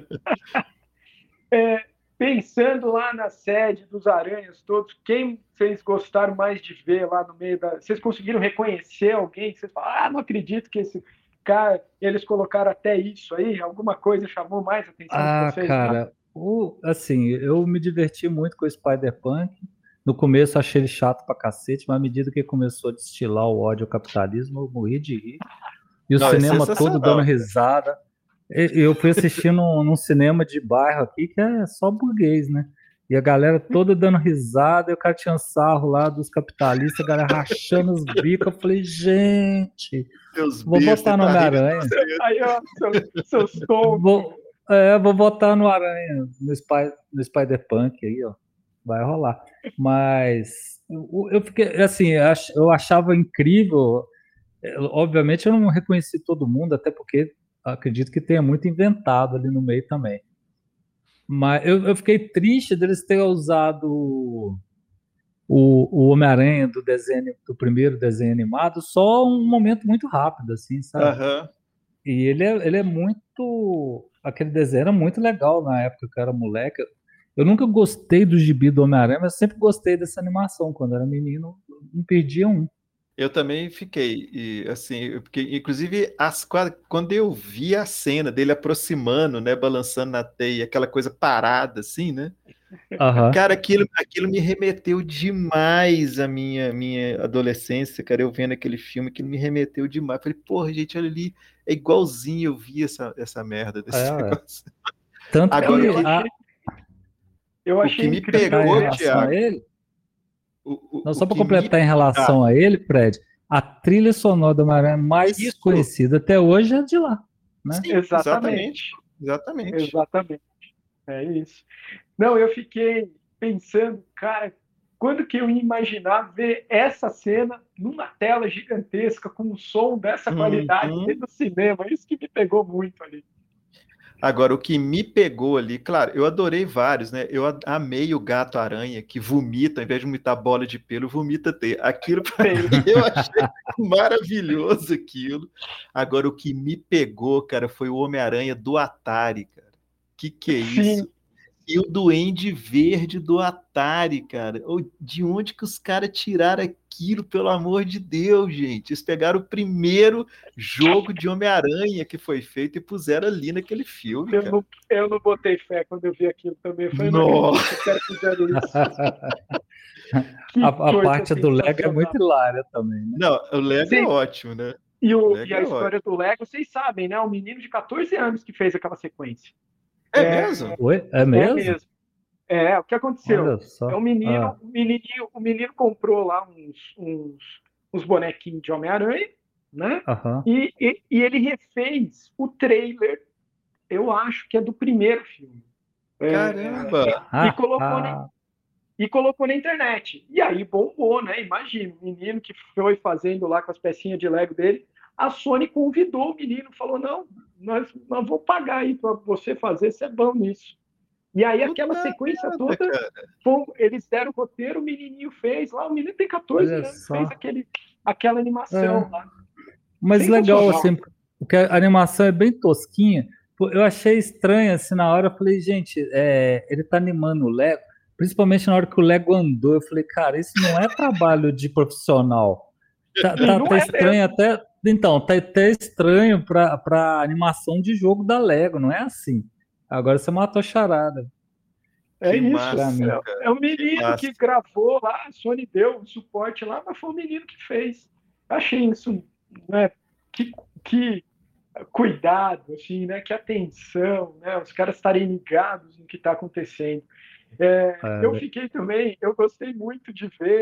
é, pensando lá na sede dos Aranhas todos, quem vocês gostaram mais de ver lá no meio da... Vocês conseguiram reconhecer alguém que vocês falaram, ah, não acredito que esse cara... Eles colocaram até isso aí? Alguma coisa chamou mais a atenção de Ah, vocês lá? cara, o, assim, eu me diverti muito com o Spider-Punk. No começo achei ele chato pra cacete, mas à medida que começou a destilar o ódio ao capitalismo, eu morri de rir. E o Não, é cinema todo dando sensacional. risada. E- Eu fui assistir num, num cinema de bairro aqui que é só burguês, né? E a galera toda dando risada, e o cara tinha um sarro lá dos capitalistas, a galera rachando os bicos. Eu falei, gente, Deus vou bestas, botar no tá rindo de Homem-Aranha. você. Aí, ó, seus, seus tontos. Vou, é, vou botar no Aranha, no, Spy, no Spider-Punk aí, ó. Vai rolar. Mas eu, eu fiquei, assim, eu ach- eu achava incrível. É, obviamente eu não reconheci todo mundo, até porque acredito que tenha muito inventado ali no meio também. Mas eu, eu fiquei triste deles terem usado o, o Homem-Aranha do desenho, do primeiro desenho animado, só um momento muito rápido, assim, sabe? Aham. E ele é, ele é muito. Aquele desenho era muito legal na época que eu era moleque. Eu nunca gostei do gibi do Homem-Aranha, mas sempre gostei dessa animação. Quando eu era menino, não perdia um. Eu também fiquei, e, assim, eu- porque, inclusive, as, qua- quando eu vi a cena dele aproximando, né, balançando na teia, aquela coisa parada, assim, né? Aham. Cara, aquilo, aquilo me remeteu demais à minha, minha adolescência, cara. Eu vendo aquele filme, aquilo me remeteu demais. Falei, porra, gente, olha ali, é igualzinho eu vi essa, essa merda É, desse é. negócio. Tanto Agora, que o que, Eu a, achei, eu o achei que me incrível. completar em pegou, relação a Thiago, ele, o, o, não, o só para que me. completar em Ah, relação a ele, Fred, a trilha sonora do Homem-Aranha mais isso, conhecida até hoje é de lá, né? sim, exatamente. Exatamente. Exatamente. Exatamente. É isso. Não, eu fiquei pensando, cara, quando que eu ia imaginar ver essa cena numa tela gigantesca, com um som dessa qualidade Uhum. dentro do cinema? Isso que me pegou muito ali. Agora, o que me pegou ali, claro, eu adorei vários, né? Eu a- amei o gato-aranha que vomita, ao invés de vomitar bola de pelo, vomita teia. Aquilo pra Tem. mim eu achei maravilhoso aquilo. Agora, o que me pegou, cara, foi o Homem-Aranha do Atari, cara. Que que é Sim, isso? E o Duende Verde do Atari, cara. Ô, de onde que os caras tiraram aquilo, pelo amor de Deus, gente? Eles pegaram o primeiro jogo de Homem-Aranha que foi feito e puseram ali naquele filme, eu cara. não, eu não botei fé quando eu vi aquilo também. Eu falei, não Nossa. acredito que os caras fizeram isso. Que A, a coisa parte do Lego é sensacional. muito hilária também, né? Não, o Lego é Sim. ótimo, né? E, O o, Lego e a é história do Lego, vocês sabem, né? Um menino de catorze anos que fez aquela sequência. É É, mesmo? Oi? É é mesmo? mesmo. É, o que aconteceu? Olha só. É um menino, Ah, o menininho, o menino comprou lá uns, uns, uns bonequinhos de Homem-Aranha, né? aham. E, e, e ele refez o trailer, eu acho que é do primeiro filme. É, Caramba! e, colocou na, Ah, e colocou na internet. E aí bombou, né? Imagina, o menino que foi fazendo lá com as pecinhas de Lego dele, a Sony convidou o menino, falou, não, nós, nós vamos pagar aí para você fazer, você é bom nisso. E aí aquela Puta sequência merda, toda, cara. foi- eles deram o roteiro, o menininho fez lá, o menino tem catorze olha anos, só. fez aquele, aquela animação lá. Mas legal, Sensacional. assim, porque a animação é bem tosquinha. Pô, eu achei estranho, assim, na hora, eu falei, gente, é, ele tá animando o Lego, principalmente na hora que o Lego andou, eu falei, cara, isso não é trabalho de profissional. Tá, tá, Não tá é estranho mesmo. até, então, tá até estranho pra, pra animação de jogo da Lego, não é assim. Agora você matou a charada É Que isso. pra massa, mim. É, é o que menino massa. que gravou lá, a Sony deu o suporte lá, mas foi o menino que fez. Eu achei isso, né? Que, que cuidado, assim, né? Que atenção, né? Os caras estarem ligados no que está acontecendo. É, eu É, fiquei também, eu gostei muito de ver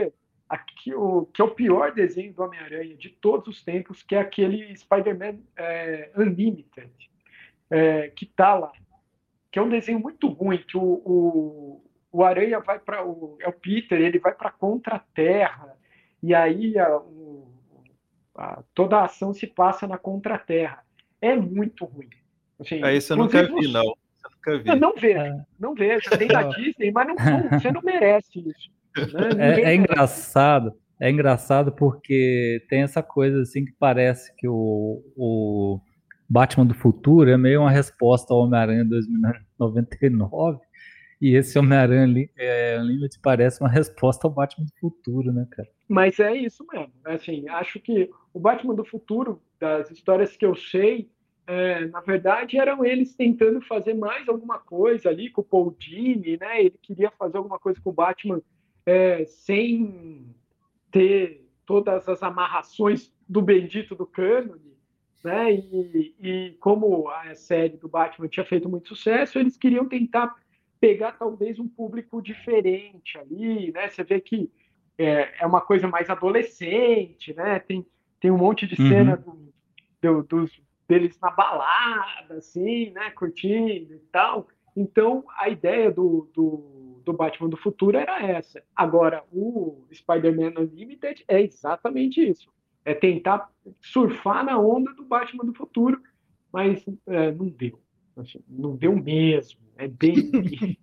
aqui, o, que é o pior desenho do Homem-Aranha de todos os tempos, que é aquele Spider-Man é, Unlimited, é, que tá lá. Que é um desenho muito ruim, que o, o, o Aranha vai para o é o Peter, ele vai para contra a Terra, e aí a, o, a, toda a ação se passa na contra a Terra. É muito ruim. Assim, ah, isso eu nunca vi, não. Eu nunca vi. Eu não vejo, É. não vejo. Tem na Disney, mas não, não, você não merece isso. Né? É, é engraçado, é engraçado porque tem essa coisa assim que parece que o, o Batman do Futuro é meio uma resposta ao Homem-Aranha dois mil e noventa e nove, e esse Homem-Aranha é, Unlimited parece uma resposta ao Batman do Futuro, né, cara? Mas é isso mesmo. Assim, acho que o Batman do Futuro, das histórias que eu sei, é, na verdade, eram eles tentando fazer mais alguma coisa ali com o Paul Dini, né? Ele queria fazer alguma coisa com o Batman é, sem ter todas as amarrações do bendito do cânone, né? E, e como a série do Batman tinha feito muito sucesso, eles queriam tentar pegar talvez um público diferente ali, né? Você vê que é, é uma coisa mais adolescente, né? Tem, tem um monte de cena uhum. do, do, dos, deles na balada, assim, né? Curtindo e tal. Então, a ideia do, do, do Batman do futuro era essa. Agora, o Spider-Man Unlimited é exatamente isso. É tentar surfar na onda do Batman do futuro, mas é, não deu. Assim, não deu mesmo. É bem ruim.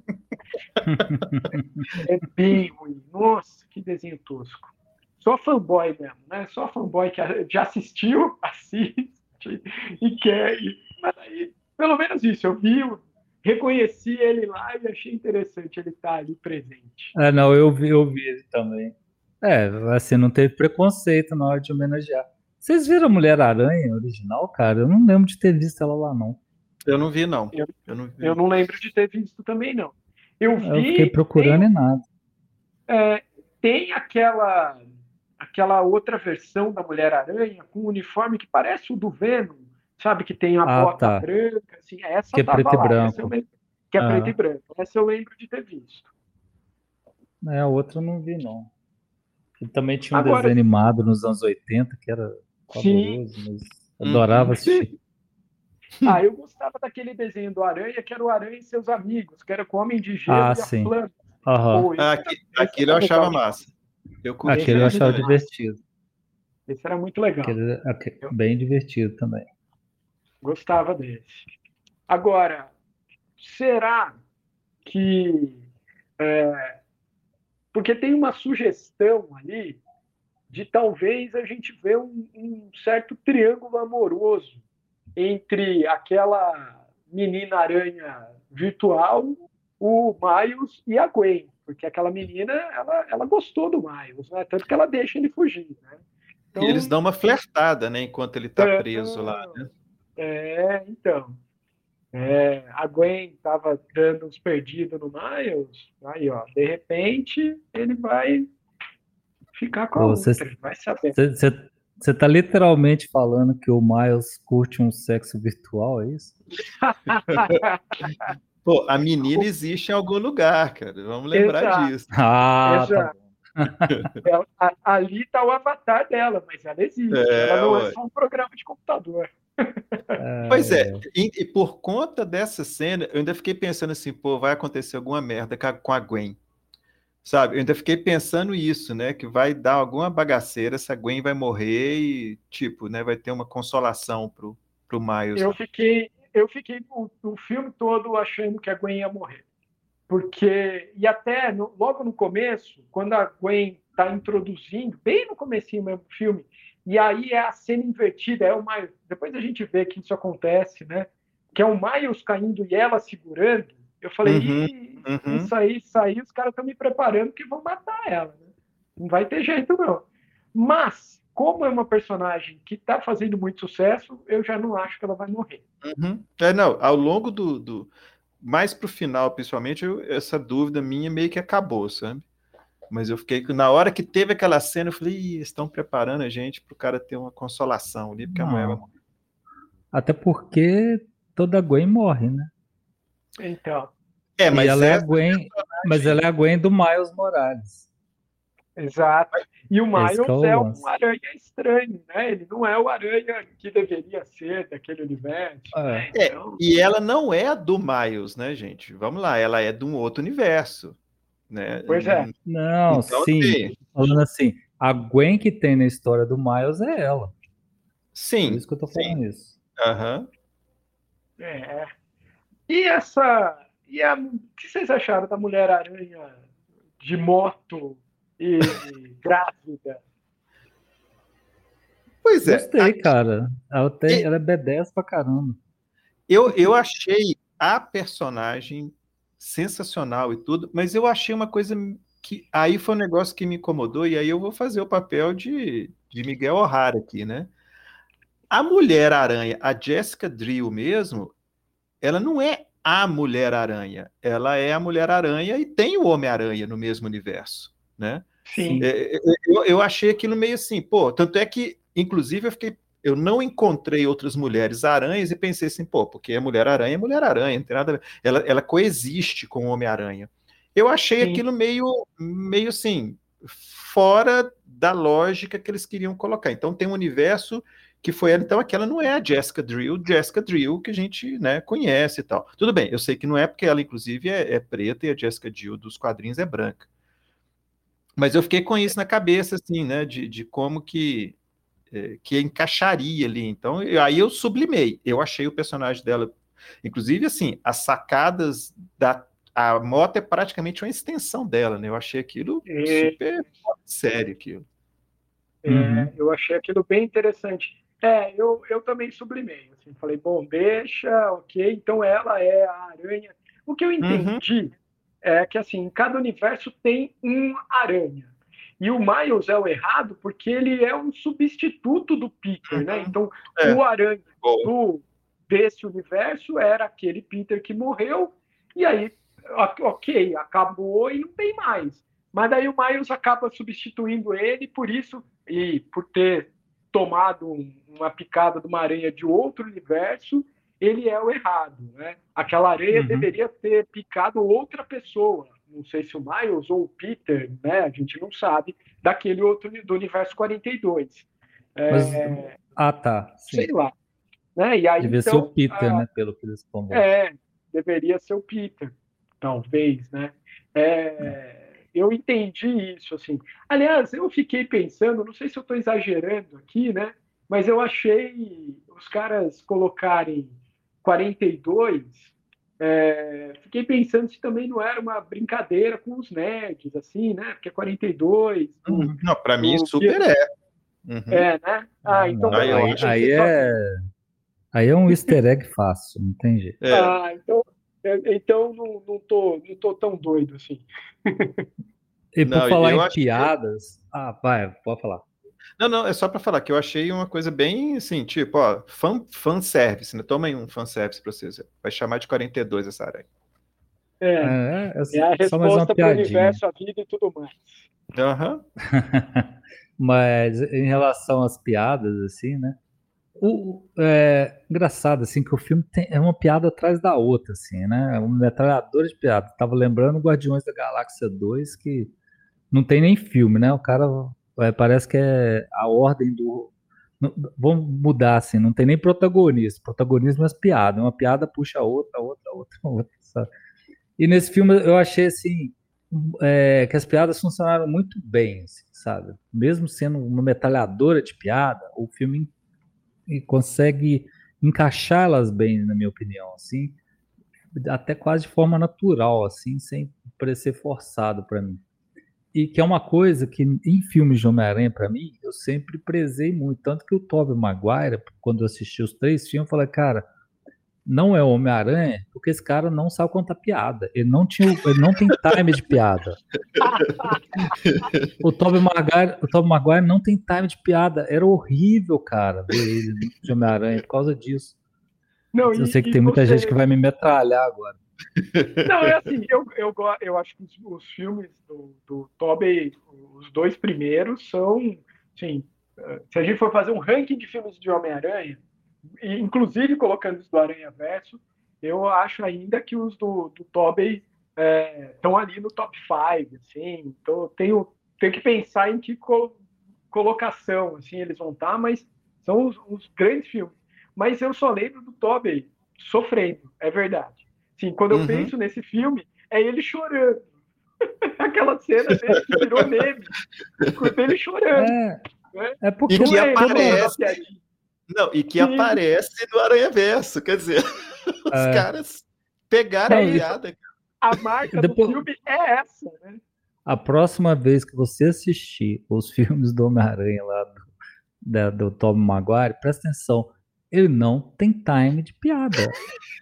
É bem ruim. Nossa, que desenho tosco. Só fanboy mesmo, né? Só fanboy que já assistiu, assiste e quer. E... Mas aí, pelo menos isso, eu vi, reconheci ele lá e achei interessante ele estar ali presente. É, não, eu vi, eu vi ele também. É, assim, não teve preconceito na hora de homenagear. Vocês viram a Mulher-Aranha original, cara? Eu não lembro de ter visto ela lá, não. Eu não vi, não. Eu, eu, não, vi. eu não lembro de ter visto também, não. Eu vi. Eu fiquei procurando tem, e nada. É, tem aquela, aquela outra versão da Mulher-Aranha com um uniforme que parece o do Venom, sabe? Que tem a ah, bota tá. branca, assim. Essa que é preto lá, e branco. lembro, que é ah. preto e branco. Essa eu lembro de ter visto. É, a outra eu não vi, não. E também tinha um Agora, desenho animado nos anos oitenta que era fabuloso, sim. mas adorava assistir. Ah, eu gostava daquele desenho do Aranha, que era o Aranha e seus amigos, que era com o Homem de Gelo ah, e a sim. Planta. Uhum. Pô, ah, aqui, aquilo eu achava legal. Massa. Eu aquele eu achava divertido. Esse era muito legal. Aquele, aquele, bem divertido também. Gostava desse. Agora, será que... É, porque tem uma sugestão ali de talvez a gente ver um, um certo triângulo amoroso entre aquela menina aranha virtual, o Miles e a Gwen, porque aquela menina, ela, ela gostou do Miles, né? Tanto que ela deixa ele fugir, né? Então, e eles dão uma flertada, né? Enquanto ele tá é, preso lá, né? É, então. É, a Gwen estava dando uns perdidos no Miles, aí, ó, de repente, ele vai ficar com a Pô, outra, cê, vai saber. Você tá literalmente falando que o Miles curte um sexo virtual, é isso? Pô, a menina existe em algum lugar, cara. Vamos lembrar Exato. disso. Ah, Exato. Tá ela, ali tá o avatar dela, mas ela existe. É, ela não ué. é só um programa de computador. Pois é, e, e por conta dessa cena, eu ainda fiquei pensando assim, pô, vai acontecer alguma merda com a Gwen. Sabe, eu ainda fiquei pensando isso, né, que vai dar alguma bagaceira, essa Gwen vai morrer e, tipo, né, vai ter uma consolação pro, pro Miles. Eu fiquei, eu fiquei o, o filme todo achando que a Gwen ia morrer. Porque, e até no, logo no começo, quando a Gwen está introduzindo, bem no comecinho mesmo do filme, e aí é a cena invertida, é o Miles, depois a gente vê que isso acontece, né, que é o Miles caindo e ela segurando. Eu falei, uhum, uhum. isso aí, isso aí, os caras estão me preparando que vão matar ela. Né? Não vai ter jeito, não. Mas, como é uma personagem que está fazendo muito sucesso, eu já não acho que ela vai morrer. Uhum. É, não, ao longo do... do... mais pro final, principalmente, eu, essa dúvida minha meio que acabou, sabe? Mas eu fiquei... Na hora que teve aquela cena, eu falei, Ih, estão preparando a gente pro cara ter uma consolação ali, porque não. a mulher vai morrer. Até porque toda Gwen morre, né? Então. É, mas ela é a Gwen, personagem... mas ela é a Gwen do Miles Morales. Exato. E o Esse que é Miles o é lance. um aranha estranho, né? Ele não é o aranha que deveria ser daquele universo, né? É. É, Então, e ela não é a do Miles, né, gente? Vamos lá, ela é de um outro universo, né? pois é. Não, Então, sim. assim, Eu tô falando assim, a Gwen que tem na história do Miles é ela. Por sim, isso que eu tô sim. falando isso. Aham. É. E essa. E a, o que vocês acharam da Mulher-Aranha de moto e grávida? Pois é, Gostei, aqui, cara. Ela tem, ela é B dez pra caramba. eu, eu achei a personagem sensacional e tudo, mas eu achei uma coisa que aí foi um negócio que me incomodou, e aí eu vou fazer o papel de, de Miguel O'Hara aqui, né? A Mulher-Aranha, a Jessica Drill mesmo, ela não é a Mulher-Aranha, ela é a Mulher-Aranha e tem o Homem-Aranha no mesmo universo, né? Sim. Sim. É, é, eu, eu achei aquilo meio assim, pô, tanto é que, inclusive, eu fiquei, eu não encontrei outras mulheres aranhas e pensei assim, pô, porque a Mulher-Aranha é Mulher-Aranha, não tem nada a ver. Ela, ela coexiste com o Homem-Aranha. Eu achei Sim. aquilo meio, meio assim, fora da lógica que eles queriam colocar. Então tem um universo que foi ela, então aquela não é a Jessica Drill, Jessica Drill que a gente, né, conhece e tal. Tudo bem, eu sei que não é porque ela, inclusive, é, é preta e a Jessica Drill dos quadrinhos é branca. Mas eu fiquei com isso na cabeça, assim, né, de, de como que, é, que encaixaria ali. Então, eu, aí eu sublimei. Eu achei o personagem dela, inclusive, assim, as sacadas da a moto é praticamente uma extensão dela, né? Eu achei aquilo É, super sério, aquilo. é, Uhum. eu achei aquilo bem interessante. É, eu, eu também sublimei. Assim, falei, bom, deixa, ok. Então ela é a aranha. O que eu Uhum, entendi é que, assim, em cada universo tem um aranha. E o Miles é o errado porque ele é um substituto do Peter, né? uhum. Então, É, o aranha boa. do, desse universo era aquele Peter que morreu, e aí, ok, acabou e não tem mais. Mas daí o Miles acaba substituindo ele, por isso, e por ter tomado um, uma picada de uma aranha de outro universo, ele é o errado, né? Aquela areia Uhum. deveria ter picado outra pessoa, não sei se o Miles ou o Peter, né? A gente não sabe, daquele outro do universo quarenta e dois. Mas, É, ah, tá, sei sim. lá, né? E aí Devia ser o então, Peter, a, né, pelo que eles estão vendo. é, deveria ser o Peter, talvez, né? É. É, eu entendi isso, assim. Aliás, eu fiquei pensando, não sei se eu estou exagerando aqui, né? Mas eu achei os caras colocarem quarenta e dois, é, fiquei pensando se também não era uma brincadeira com os nerds, assim, né? Porque quarenta e dois, do, Uhum. Não, para mim, do, super é. Uhum. é, né? Ah, Ah, então não. Ah, eu beleza, Aí, acho. pensei aí só é, nisso. aí é um easter egg fácil, não tem jeito. É. Ah, então, é, então não, não tô, não tô tão doido assim. E por Não, falar eu em achei. piadas, ah, vai, pode falar. Não, não, é só para falar que eu achei uma coisa bem assim, tipo, ó, fan, fanservice, né? Toma aí um fanservice para vocês. Vai chamar de quarenta e dois essa área. É, É, é é a só mais uma resposta para o piadinha. universo, a vida e tudo mais. Aham. Mas em relação às piadas, assim, né? O, é engraçado, assim, que o filme tem, é uma piada atrás da outra, assim, né? É uma metralhadora de piada. Tava lembrando Guardiões da Galáxia dois, que não tem nem filme, né? O cara é, parece que é a ordem do. não- Vamos mudar, assim, não tem nem protagonista. Protagonismo é as piadas. Uma piada puxa a outra, a outra, a outra, a outra, sabe? E nesse filme eu achei, assim, é, que as piadas funcionaram muito bem, assim, sabe? Mesmo sendo uma metralhadora de piada, o filme e consegue encaixá-las bem, na minha opinião, assim, até quase de forma natural, assim, sem parecer forçado para mim. E que é uma coisa que em filmes de Homem-Aranha, para mim, eu sempre prezei muito. Tanto que o Tobey Maguire, quando eu assisti os três filmes, eu falei, cara, não é o Homem-Aranha, porque esse cara não sabe contar piada. Ele não tinha, o- ele não tem time de piada. O Tobey Maguire, o Tobey Maguire não tem time de piada. Era horrível, cara, ver ele de Homem-Aranha por causa disso. Não, Eu e, sei que e tem muita gente que você. vai me metralhar agora. Não, é assim, eu, eu, go- eu acho que os, os filmes do, do Tobey, os dois primeiros, são. Assim, eh, se a gente for fazer um ranking de filmes de Homem-Aranha, e inclusive colocando os do Aranha Verso, eu acho ainda que os do, do Tobey estão ali no top cinco, assim. Então, eu tenho tem que pensar em que co- colocação assim eles vão estar, mas são os, os grandes filmes. Mas eu só lembro do Tobey sofrendo, é verdade. Sim, quando eu Uhum. penso nesse filme, é ele chorando. Aquela cena dele que virou meme, com ele chorando. É, Né? é E porque Não que é ele fazendo a aparece. piadinha. Não, e que Sim. aparece no Aranha-Verso. Quer dizer, os É. caras pegaram Não, a É isso. piada. A marca Depois- do filme é essa, né? a próxima vez que você assistir os filmes do Homem-Aranha lá do, da- do Tobey Maguire, presta atenção, ele não tem time de piada.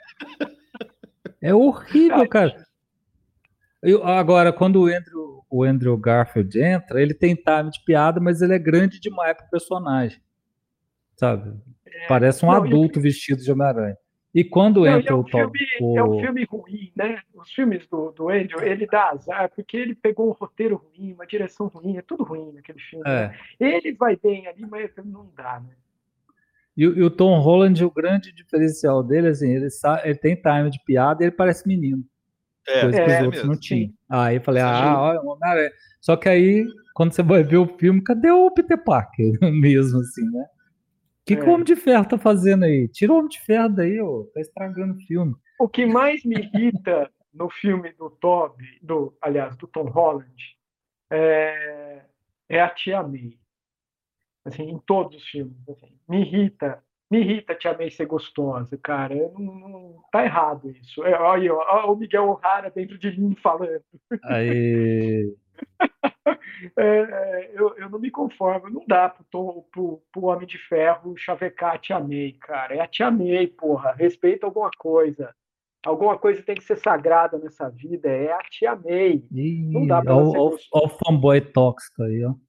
É horrível, cara. Eu- agora, quando o Andrew, o Andrew Garfield entra, ele tem time de piada, mas ele é grande demais pro personagem, sabe? Parece um Não, e o adulto vestido de Homem-Aranha. E quando Não, e entra é o um Tom, filme, é um o, filme ruim, né? Os filmes do, do Andrew, ele dá azar, porque ele pegou um roteiro ruim, uma direção ruim, é tudo ruim naquele filme, né? é, Ele vai bem ali, mas não dá, né? e, o e o Tom Holland, o grande diferencial dele, assim, ele, sa- ele tem time de piada e ele parece menino, É, coisa que os É, é outros não mesmo. tinham. sim, Aí eu falei, Isso é ah, mesmo. olha, um Homem-Aranha. Só que aí, quando você vai ver o filme, cadê o Peter Parker mesmo, assim, né? O que, que o Homem é. de Ferro tá fazendo aí? Tira o Homem de Ferro daí, ó, tá estragando o filme. O que mais me irrita no filme do Toby, do, aliás, do Tom Holland, é, é a Tia May. Assim, em todos os filmes. Assim. Me irrita, me irrita a Tia May ser gostosa, cara. Eu não, não- tá errado isso. É, olha, aí, ó, ó, o Miguel O'Hara dentro de mim falando. Aí, É, é, eu, eu não me conformo. Não dá pro, Tom- pro, pro Homem de Ferro chavecar a Tia May, cara. É a Tia May, porra. Respeita alguma coisa. Alguma coisa tem que ser sagrada nessa vida. É a Tia May. Não dá ih, para ó, ela ser ó, gostosa. ó o fanboy tóxico aí, ó.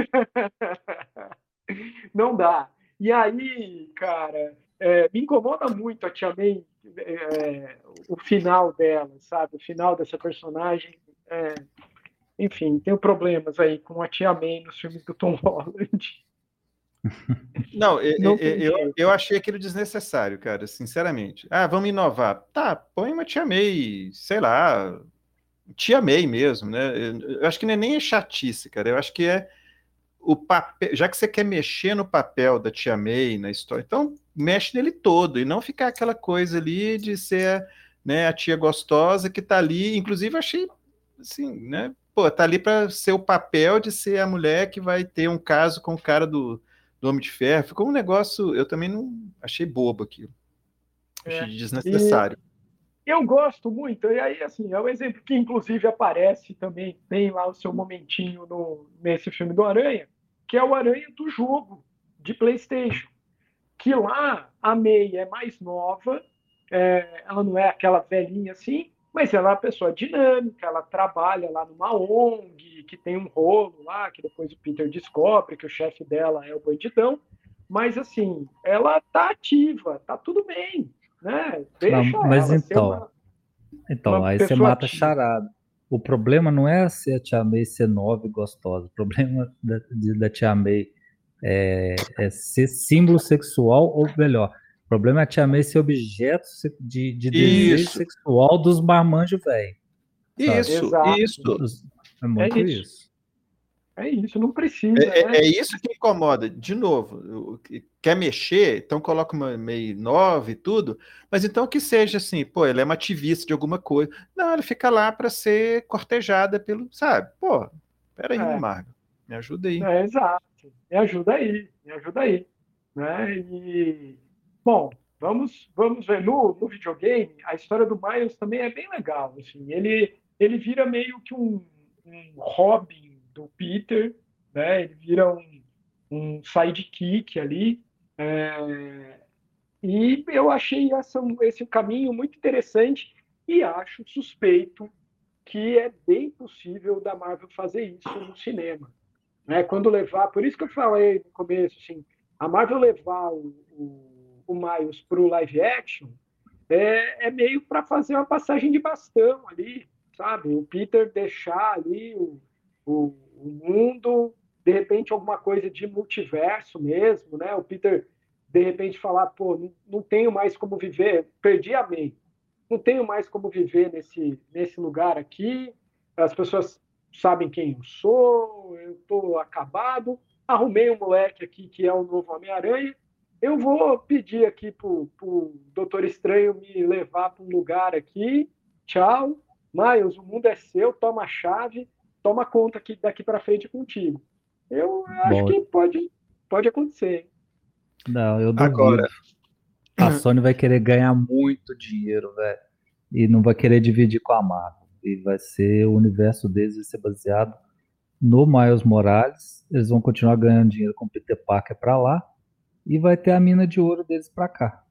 Não dá. E aí, cara, é, me incomoda muito a Tia May, é, o final dela, sabe? O final dessa personagem. É, enfim, tenho problemas aí com a Tia May nos filmes do Tom Holland. Não, eu, Não tem eu, jeito. eu achei aquilo desnecessário, cara, sinceramente. Ah, vamos inovar. Tá, põe uma Tia May, sei lá, Tia May mesmo, né? Eu, eu acho que não é nem chatice, cara. Eu acho que é o papel. Já que você quer mexer no papel da Tia May na história, então mexe nele todo e não ficar aquela coisa ali de ser, né, a tia gostosa que tá ali. Inclusive, eu achei assim, né? Pô, tá ali para ser o papel de ser a mulher que vai ter um caso com o cara do, do Homem de Ferro. Ficou um negócio, eu também não achei bobo aquilo. Achei É. E desnecessário. eu gosto muito, e aí, assim, é um exemplo que, inclusive, aparece também, tem lá o seu momentinho no, nesse filme do Aranha, que é o Aranha do jogo, de PlayStation. Que lá a May é mais nova, é, ela não é aquela velhinha assim, mas ela é uma pessoa dinâmica, ela trabalha lá numa O N G, que tem um rolo lá, que depois o Peter descobre que o chefe dela é o bandidão, mas assim, ela tá ativa, tá tudo bem, né? Não, Deixa mas ela ser então, uma, então, uma aí você pessoa mata a ativa. charada. O problema não é se a Tia May ser nova e gostosa. O problema da, de- da Tia May é, é ser símbolo sexual, ou melhor, o problema é a Tia May ser objeto se- de, de desejo Isso, sexual dos marmanjos velho, sabe? isso, Exato, isso. Os- É é muito isso, isso. é isso, não precisa, É, é- né? é isso que incomoda. De novo, o que- quer mexer, então coloca uma meio nova e tudo, mas então que seja assim, pô, ela é uma ativista de alguma coisa. Não, ela fica lá para ser cortejada pelo, sabe? Pô, peraí, né, É. Margo? Me ajuda aí. É, exato. Me ajuda aí, me ajuda aí. Né? E, bom, vamos, vamos ver. No, no videogame, a história do Miles também é bem legal. Assim. Ele, ele vira meio que um, um Robin do Peter, né? Ele vira um, um sidekick ali. É, e eu achei essa, esse caminho muito interessante e acho suspeito que é bem possível da Marvel fazer isso no cinema. Né? Quando levar, por isso que eu falei no começo, assim, a Marvel levar o, o, o Miles para o live action é, é meio para fazer uma passagem de bastão ali, sabe? O Peter deixar ali o, o, o mundo, de repente alguma coisa de multiverso mesmo, né? O Peter de repente falar, pô, não, não tenho mais como viver, perdi a May, não tenho mais como viver nesse, nesse lugar aqui, as pessoas sabem quem eu sou, eu tô acabado, arrumei um moleque aqui que é o novo Homem-Aranha, eu vou pedir aqui pro, pro Doutor Estranho me levar para um lugar aqui, tchau, Miles, o mundo é seu, toma a chave, toma conta aqui daqui para frente contigo. Eu acho Bom, que pode, pode acontecer. não, eu duvido. Agora, A Sony vai querer ganhar muito dinheiro, velho. E não vai querer dividir com a Marvel. E vai ser, o universo deles vai ser baseado no Miles Morales. Eles vão continuar ganhando dinheiro com o Peter Parker pra lá. E vai ter a mina de ouro deles pra cá.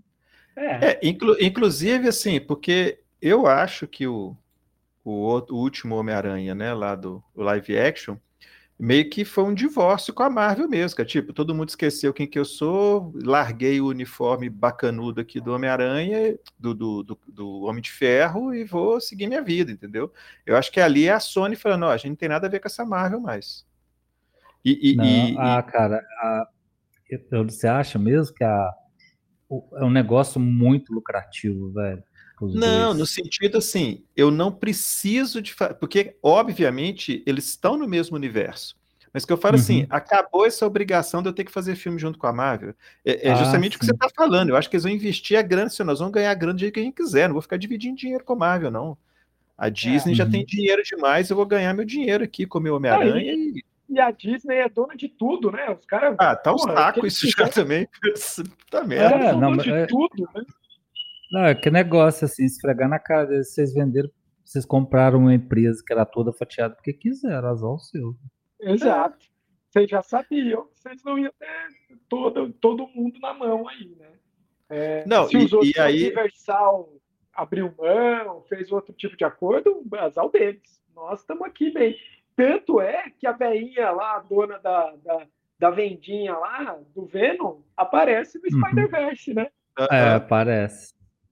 É, é, inclu- inclusive, assim, porque eu acho que o, o, outro- o último Homem-Aranha, né, lá do o live action, meio que foi um divórcio com a Marvel mesmo, que é tipo, todo mundo esqueceu quem que eu sou, larguei o uniforme bacanudo aqui do Homem-Aranha, do, do, do, do Homem de Ferro, e vou seguir minha vida, entendeu? Eu acho que ali é a Sony falando, ó, a gente não tem nada a ver com essa Marvel mais. E, Não, e, e, ah, cara, a- eu- você acha mesmo que a, o- é um negócio muito lucrativo, velho, os Não, no dois. sentido assim, eu não preciso de. fa- Porque, obviamente, eles estão no mesmo universo. Mas que eu falo assim, Uhum. acabou essa obrigação de eu ter que fazer filme junto com a Marvel. É, é Ah, justamente o que você sim. está falando. Eu acho que eles vão investir a grana, se nós vamos ganhar a grana do jeito que a gente quiser. Não vou ficar dividindo dinheiro com a Marvel, não. A é. Disney já tem Uhum. dinheiro demais, eu vou ganhar meu dinheiro aqui com o meu Não, Homem-Aranha e, e. e a Disney é dona de tudo, né? Os caras, Ah, tá um porra, o que saco eles isso já quiserem, também. Tá os caras merda. É, são não, donos mas de é, tudo, né? não, é que negócio assim, esfregar na cara deles, vocês venderam, vocês compraram uma empresa que era toda fatiada porque quiseram, azar o seu. É. Exato. Vocês já sabiam que vocês não iam ter todo, todo mundo na mão aí, né? É, Não, se os e, outros, e se a aí. Universal abriu mão, fez outro tipo de acordo, azar deles. Nós estamos aqui bem. Tanto é que a velhinha lá, a dona da, da, da vendinha lá, do Venom, aparece no Uhum. Spider-Verse, né? É, Aham. parece.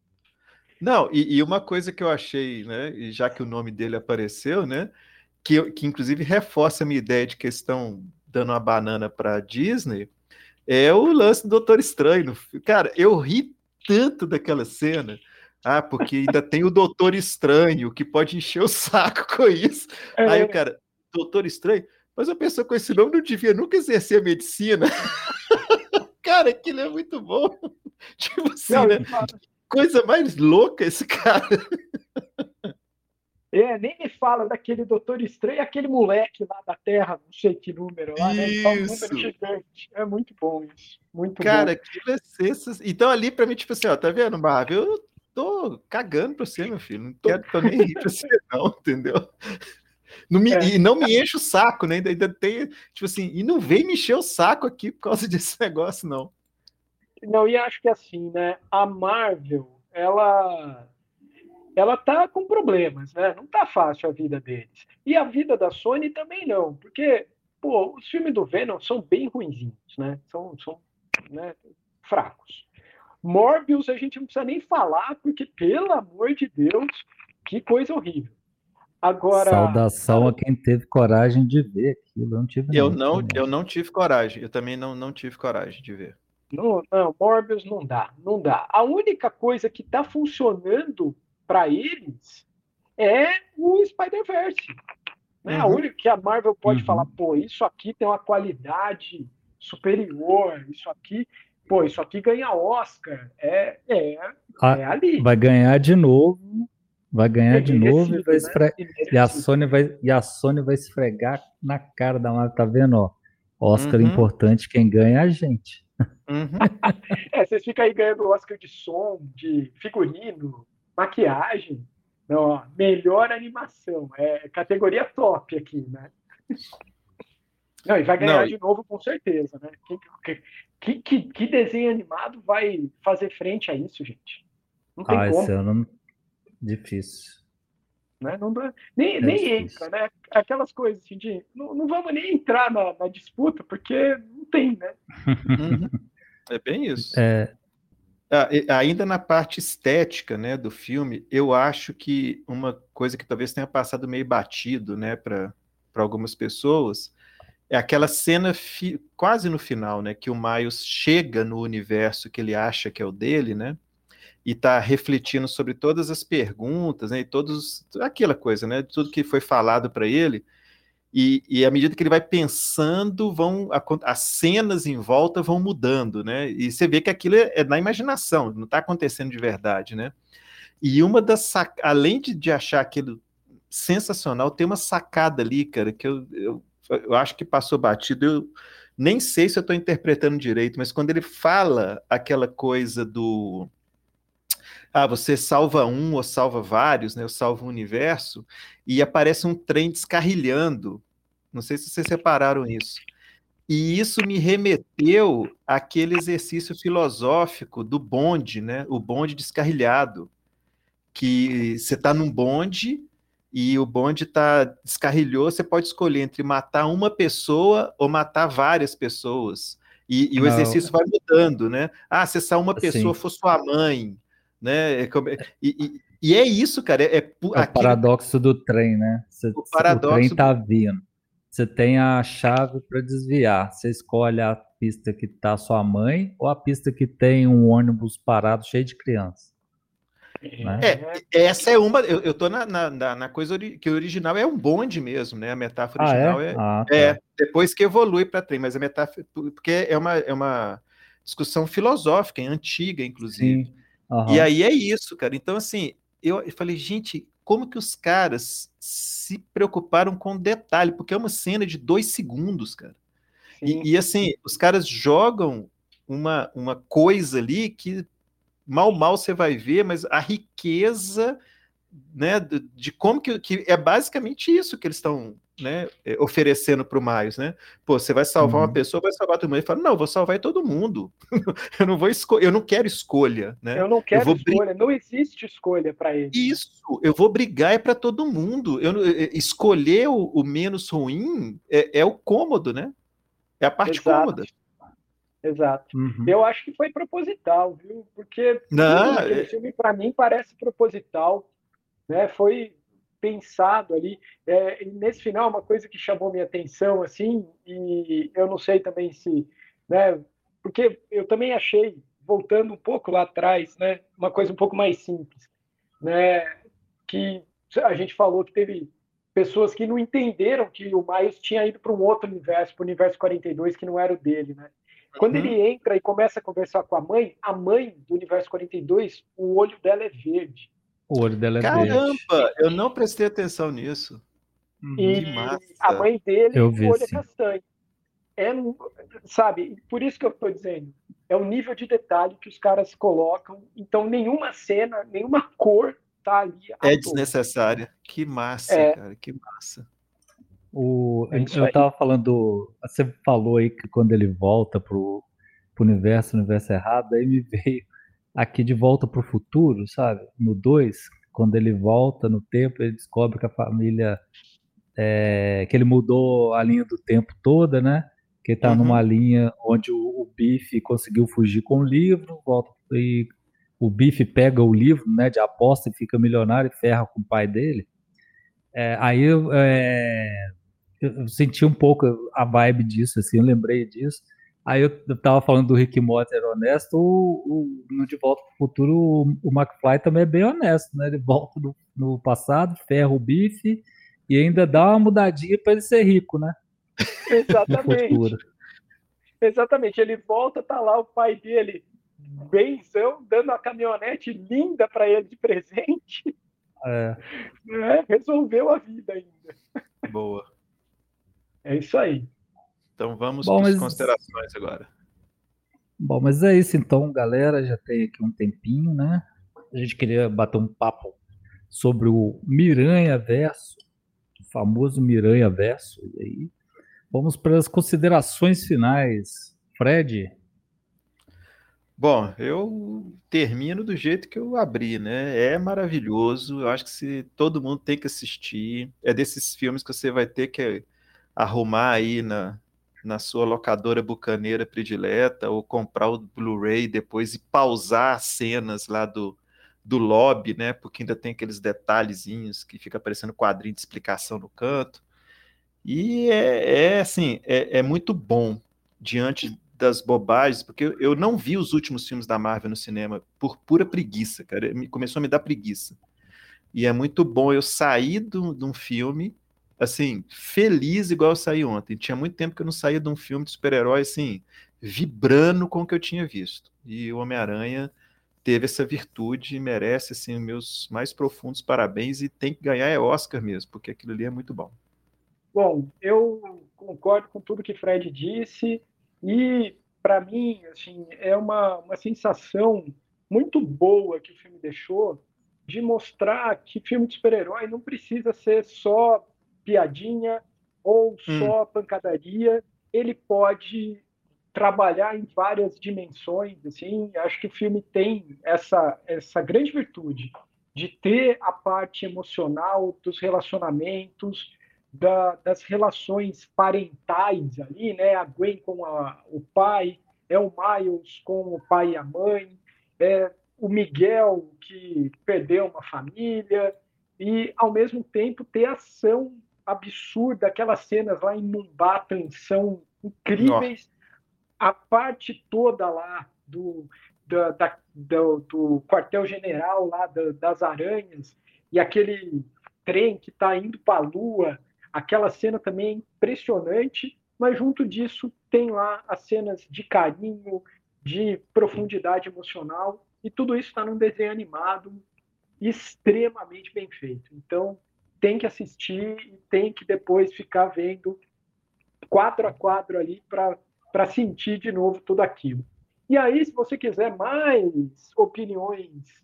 Não, e, e uma coisa que eu achei, né, e já que o nome dele apareceu, né, que, eu- que inclusive reforça a minha ideia de que eles estão dando uma banana para Disney, é o lance do Doutor Estranho. no fi- Cara, eu ri tanto daquela cena. Ah, porque ainda tem o Doutor Estranho, que pode encher o saco com isso. Aí o É, cara, Doutor Estranho? Mas a pessoa com esse nome não devia nunca exercer a medicina. Cara, aquilo é muito bom. Tipo assim, não, né? ele fala, Coisa mais louca esse cara. é, nem me fala daquele Doutor Estranho, aquele moleque lá da Terra, não sei que número lá, né? Ele fala um número Isso. gigante. É muito bom isso. Muito Cara, bom. aquilo é sensacional. Então, ali, pra mim, tipo assim, ó, tá vendo, Marvel? Eu tô cagando pra você, meu filho. Não Tô- quero, tô nem rir pra você, não, entendeu? Não me- É, e não me enche o saco, né? Ainda, ainda tem, tipo assim, e não vem me encher o saco aqui por causa desse negócio, não. não, e acho que assim, né? A Marvel, ela ela tá com problemas, né? Não tá fácil a vida deles. E a vida da Sony também não, porque, pô, os filmes do Venom são bem ruinzinhos, né? São, são né, fracos. Morbius a gente não precisa nem falar, porque, pelo amor de Deus, que coisa horrível. Agora, Saudação cara, a quem teve coragem de ver aquilo. Eu não tive, Eu não, não, eu infelizmente. não tive coragem. Eu também não, não tive coragem de ver. não, não, Morbius não dá, não dá. A única coisa que está funcionando para eles é o Spider-Verse. Né? A Uhum. única que a Marvel pode falar, Uhum. pô, isso aqui tem uma qualidade superior, isso aqui, pô, isso aqui ganha Oscar. É, é, é Ah, ali. vai ganhar de novo, vai ganhar É de novo e vai merecido, né? esfre... É e a merecido. Sony vai e a Sony vai esfregar na cara da Marvel, tá vendo, ó? Oscar Uhum. importante, quem ganha é a gente. Uhum. É, vocês ficam aí ganhando Oscar de som, de figurino, maquiagem. Não, ó, melhor animação. É categoria top aqui, né? Não, e vai ganhar Não, de novo com certeza, né? Que, que, que, que desenho animado vai fazer frente a isso, gente? Não tem Ah, esse como, ano difícil. né? Não dá, nem, É nem entra, difícil. né? Aquelas coisas assim de não, não vamos nem entrar na, na disputa, porque não tem, né? uhum. É bem isso. É, Ah, e- ainda na parte estética, né, do filme, eu acho que uma coisa que talvez tenha passado meio batido, né, para para algumas pessoas, é aquela cena fi- quase no final, né, que o Miles chega no universo que ele acha que é o dele, né, e está refletindo sobre todas as perguntas, né, e todos, aquela coisa, né, tudo que foi falado para ele, e, e à medida que ele vai pensando, vão as cenas em volta vão mudando, né, e você vê que aquilo é, é na imaginação, não está acontecendo de verdade, né, e uma das, além de, de achar aquilo sensacional, tem uma sacada ali, cara, que eu, eu, eu acho que passou batido, eu nem sei se eu estou interpretando direito, mas quando ele fala aquela coisa do ah, você salva um ou salva vários, né? Ou salva o universo, e aparece um trem descarrilhando. Não sei se vocês separaram isso. E isso me remeteu àquele exercício filosófico do bonde, né? O bonde descarrilhado. Que você está num bonde e o bonde tá, descarrilhou, você pode escolher entre matar uma pessoa ou matar várias pessoas. E, e o exercício vai mudando, né? Ah, se essa uma pessoa Sim. for sua mãe, né? E, e, e é isso, cara. É, é, é o aquilo, paradoxo do trem, né? Você, o paradoxo o trem tá do... vindo. Você tem a chave para desviar. Você escolhe a pista que tá sua mãe ou a pista que tem um ônibus parado cheio de crianças. Né? É, essa é uma. Eu, eu tô na, na, na coisa ori, que o original é um bonde mesmo, né? A metáfora ah, original é? é, Ah, tá. é depois que evolui para trem, mas a metáfora. Porque é uma, é uma discussão filosófica, antiga, inclusive. Sim. Uhum. E aí é isso, cara. Então, assim, eu, eu falei, gente, como que os caras se preocuparam com detalhe? Porque é uma cena de dois segundos, cara. E, e assim, os caras jogam uma, uma coisa ali que mal, mal você vai ver, mas a riqueza, né, de, de como que, que é basicamente isso que eles estão, né, oferecendo para o Miles, né? Pô, você vai salvar uhum. uma pessoa, vai salvar todo mundo. Ele fala, não, eu vou salvar todo mundo. eu não vou escolher, eu não quero escolha, né? Eu não quero eu vou escolha, brig... não existe escolha para ele. Isso, eu vou brigar é para todo mundo. Eu, escolher o, o menos ruim é, é o cômodo, né? É a parte Exato. cômoda. Exato. Uhum. Eu acho que foi proposital, viu? Porque não, tudo naquele é... filme, para mim, parece proposital. Né? Foi pensado ali. É, e nesse final, uma coisa que chamou minha atenção, assim, e eu não sei também se... Né? Porque eu também achei, voltando um pouco lá atrás, né? Uma coisa um pouco mais simples. Né? Que a gente falou que teve pessoas que não entenderam que o Miles tinha ido para um outro universo, para o universo quarenta e dois, que não era o dele, né? Quando uhum. ele entra e começa a conversar com a mãe, a mãe do universo quarenta e dois, o olho dela é verde. O olho dela é Caramba, verde. eu não prestei atenção nisso. E que massa. A mãe dele, eu vi, o olho sim. é castanho. É, sabe, por isso que eu estou dizendo, é o nível de detalhe que os caras colocam. Então, nenhuma cena, nenhuma cor tá ali. É desnecessária. Que massa, é. cara, que massa. O, é eu estava falando, você falou aí que quando ele volta pro, pro universo, universo errado, aí me veio aqui de Volta pro Futuro, sabe? No dois, quando ele volta no tempo, ele descobre que a família, é, que ele mudou a linha do tempo toda, né? Que ele tá uhum. numa linha onde o, o Biff conseguiu fugir com o livro, volta e o Biff pega o livro, né, de aposta e fica milionário e ferra com o pai dele. É, aí eu, é, eu senti um pouco a vibe disso, assim, eu lembrei disso. Aí eu, eu tava falando do Rick Morty era honesto, o, o, no De Volta pro Futuro, o, o McFly também é bem honesto, né? Ele volta no, no passado, ferra o Biff e ainda dá uma mudadinha para ele ser rico, né? Exatamente. Exatamente. Ele volta, tá lá o pai dele, benzão, dando uma caminhonete linda para ele de presente. É. É, resolveu a vida ainda. Boa. É isso aí. Então vamos para as mas... considerações agora. Bom, mas é isso então, galera. Já tem aqui um tempinho, né? A gente queria bater um papo sobre o Miranha Verso, o famoso Miranha Verso. E aí, vamos para as considerações finais. Fred? Bom, eu termino do jeito que eu abri, né? É maravilhoso. Eu acho que se todo mundo tem que assistir. É desses filmes que você vai ter que arrumar aí na, na sua locadora bucaneira predileta ou comprar o Blu-ray depois e pausar as cenas lá do, do lobby, né? Porque ainda tem aqueles detalhezinhos que fica aparecendo quadrinho de explicação no canto. E é, é assim, é, é muito bom diante das bobagens, porque eu, eu não vi os últimos filmes da Marvel no cinema por pura preguiça, cara. Me, começou a me dar preguiça. E é muito bom eu sair de um filme, assim, feliz igual eu saí ontem. Tinha muito tempo que eu não saía de um filme de super-herói, assim, vibrando com o que eu tinha visto. E o Homem-Aranha teve essa virtude e merece, assim, meus mais profundos parabéns e tem que ganhar é Oscar mesmo, porque aquilo ali é muito bom. Bom, eu concordo com tudo que Fred disse e, para mim, assim, é uma, uma sensação muito boa que o filme deixou de mostrar que filme de super-herói não precisa ser só piadinha ou só hum. pancadaria, ele pode trabalhar em várias dimensões, assim, acho que o filme tem essa, essa grande virtude de ter a parte emocional dos relacionamentos, da, das relações parentais ali, né? A Gwen com a, o pai, é o Miles com o pai e a mãe, é o Miguel que perdeu uma família, e ao mesmo tempo ter ação absurda, aquelas cenas lá em Mumbai são incríveis. Nossa. A parte toda lá do, da, da, do, do quartel-general lá da, das aranhas e aquele trem que está indo para a Lua, aquela cena também é impressionante, mas junto disso tem lá as cenas de carinho, de profundidade emocional, e tudo isso está num desenho animado extremamente bem feito. Então tem que assistir e tem que depois ficar vendo quadro a quadro ali para para sentir de novo tudo aquilo. E aí, se você quiser mais opiniões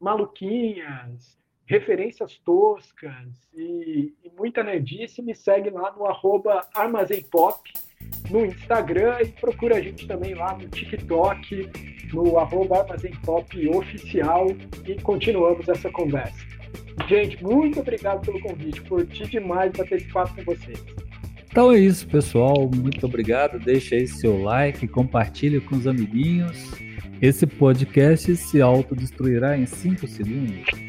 maluquinhas, referências toscas e, e muita nerdice, me segue lá no arroba Armazém Pop, no Instagram, e procura a gente também lá no TikTok, no arroba Armazém Pop oficial, e continuamos essa conversa. Gente, muito obrigado pelo convite, curti demais bater esse papo com vocês. Então é isso, pessoal. Muito obrigado. Deixa aí seu like, compartilhe com os amiguinhos. Esse podcast se autodestruirá em cinco segundos.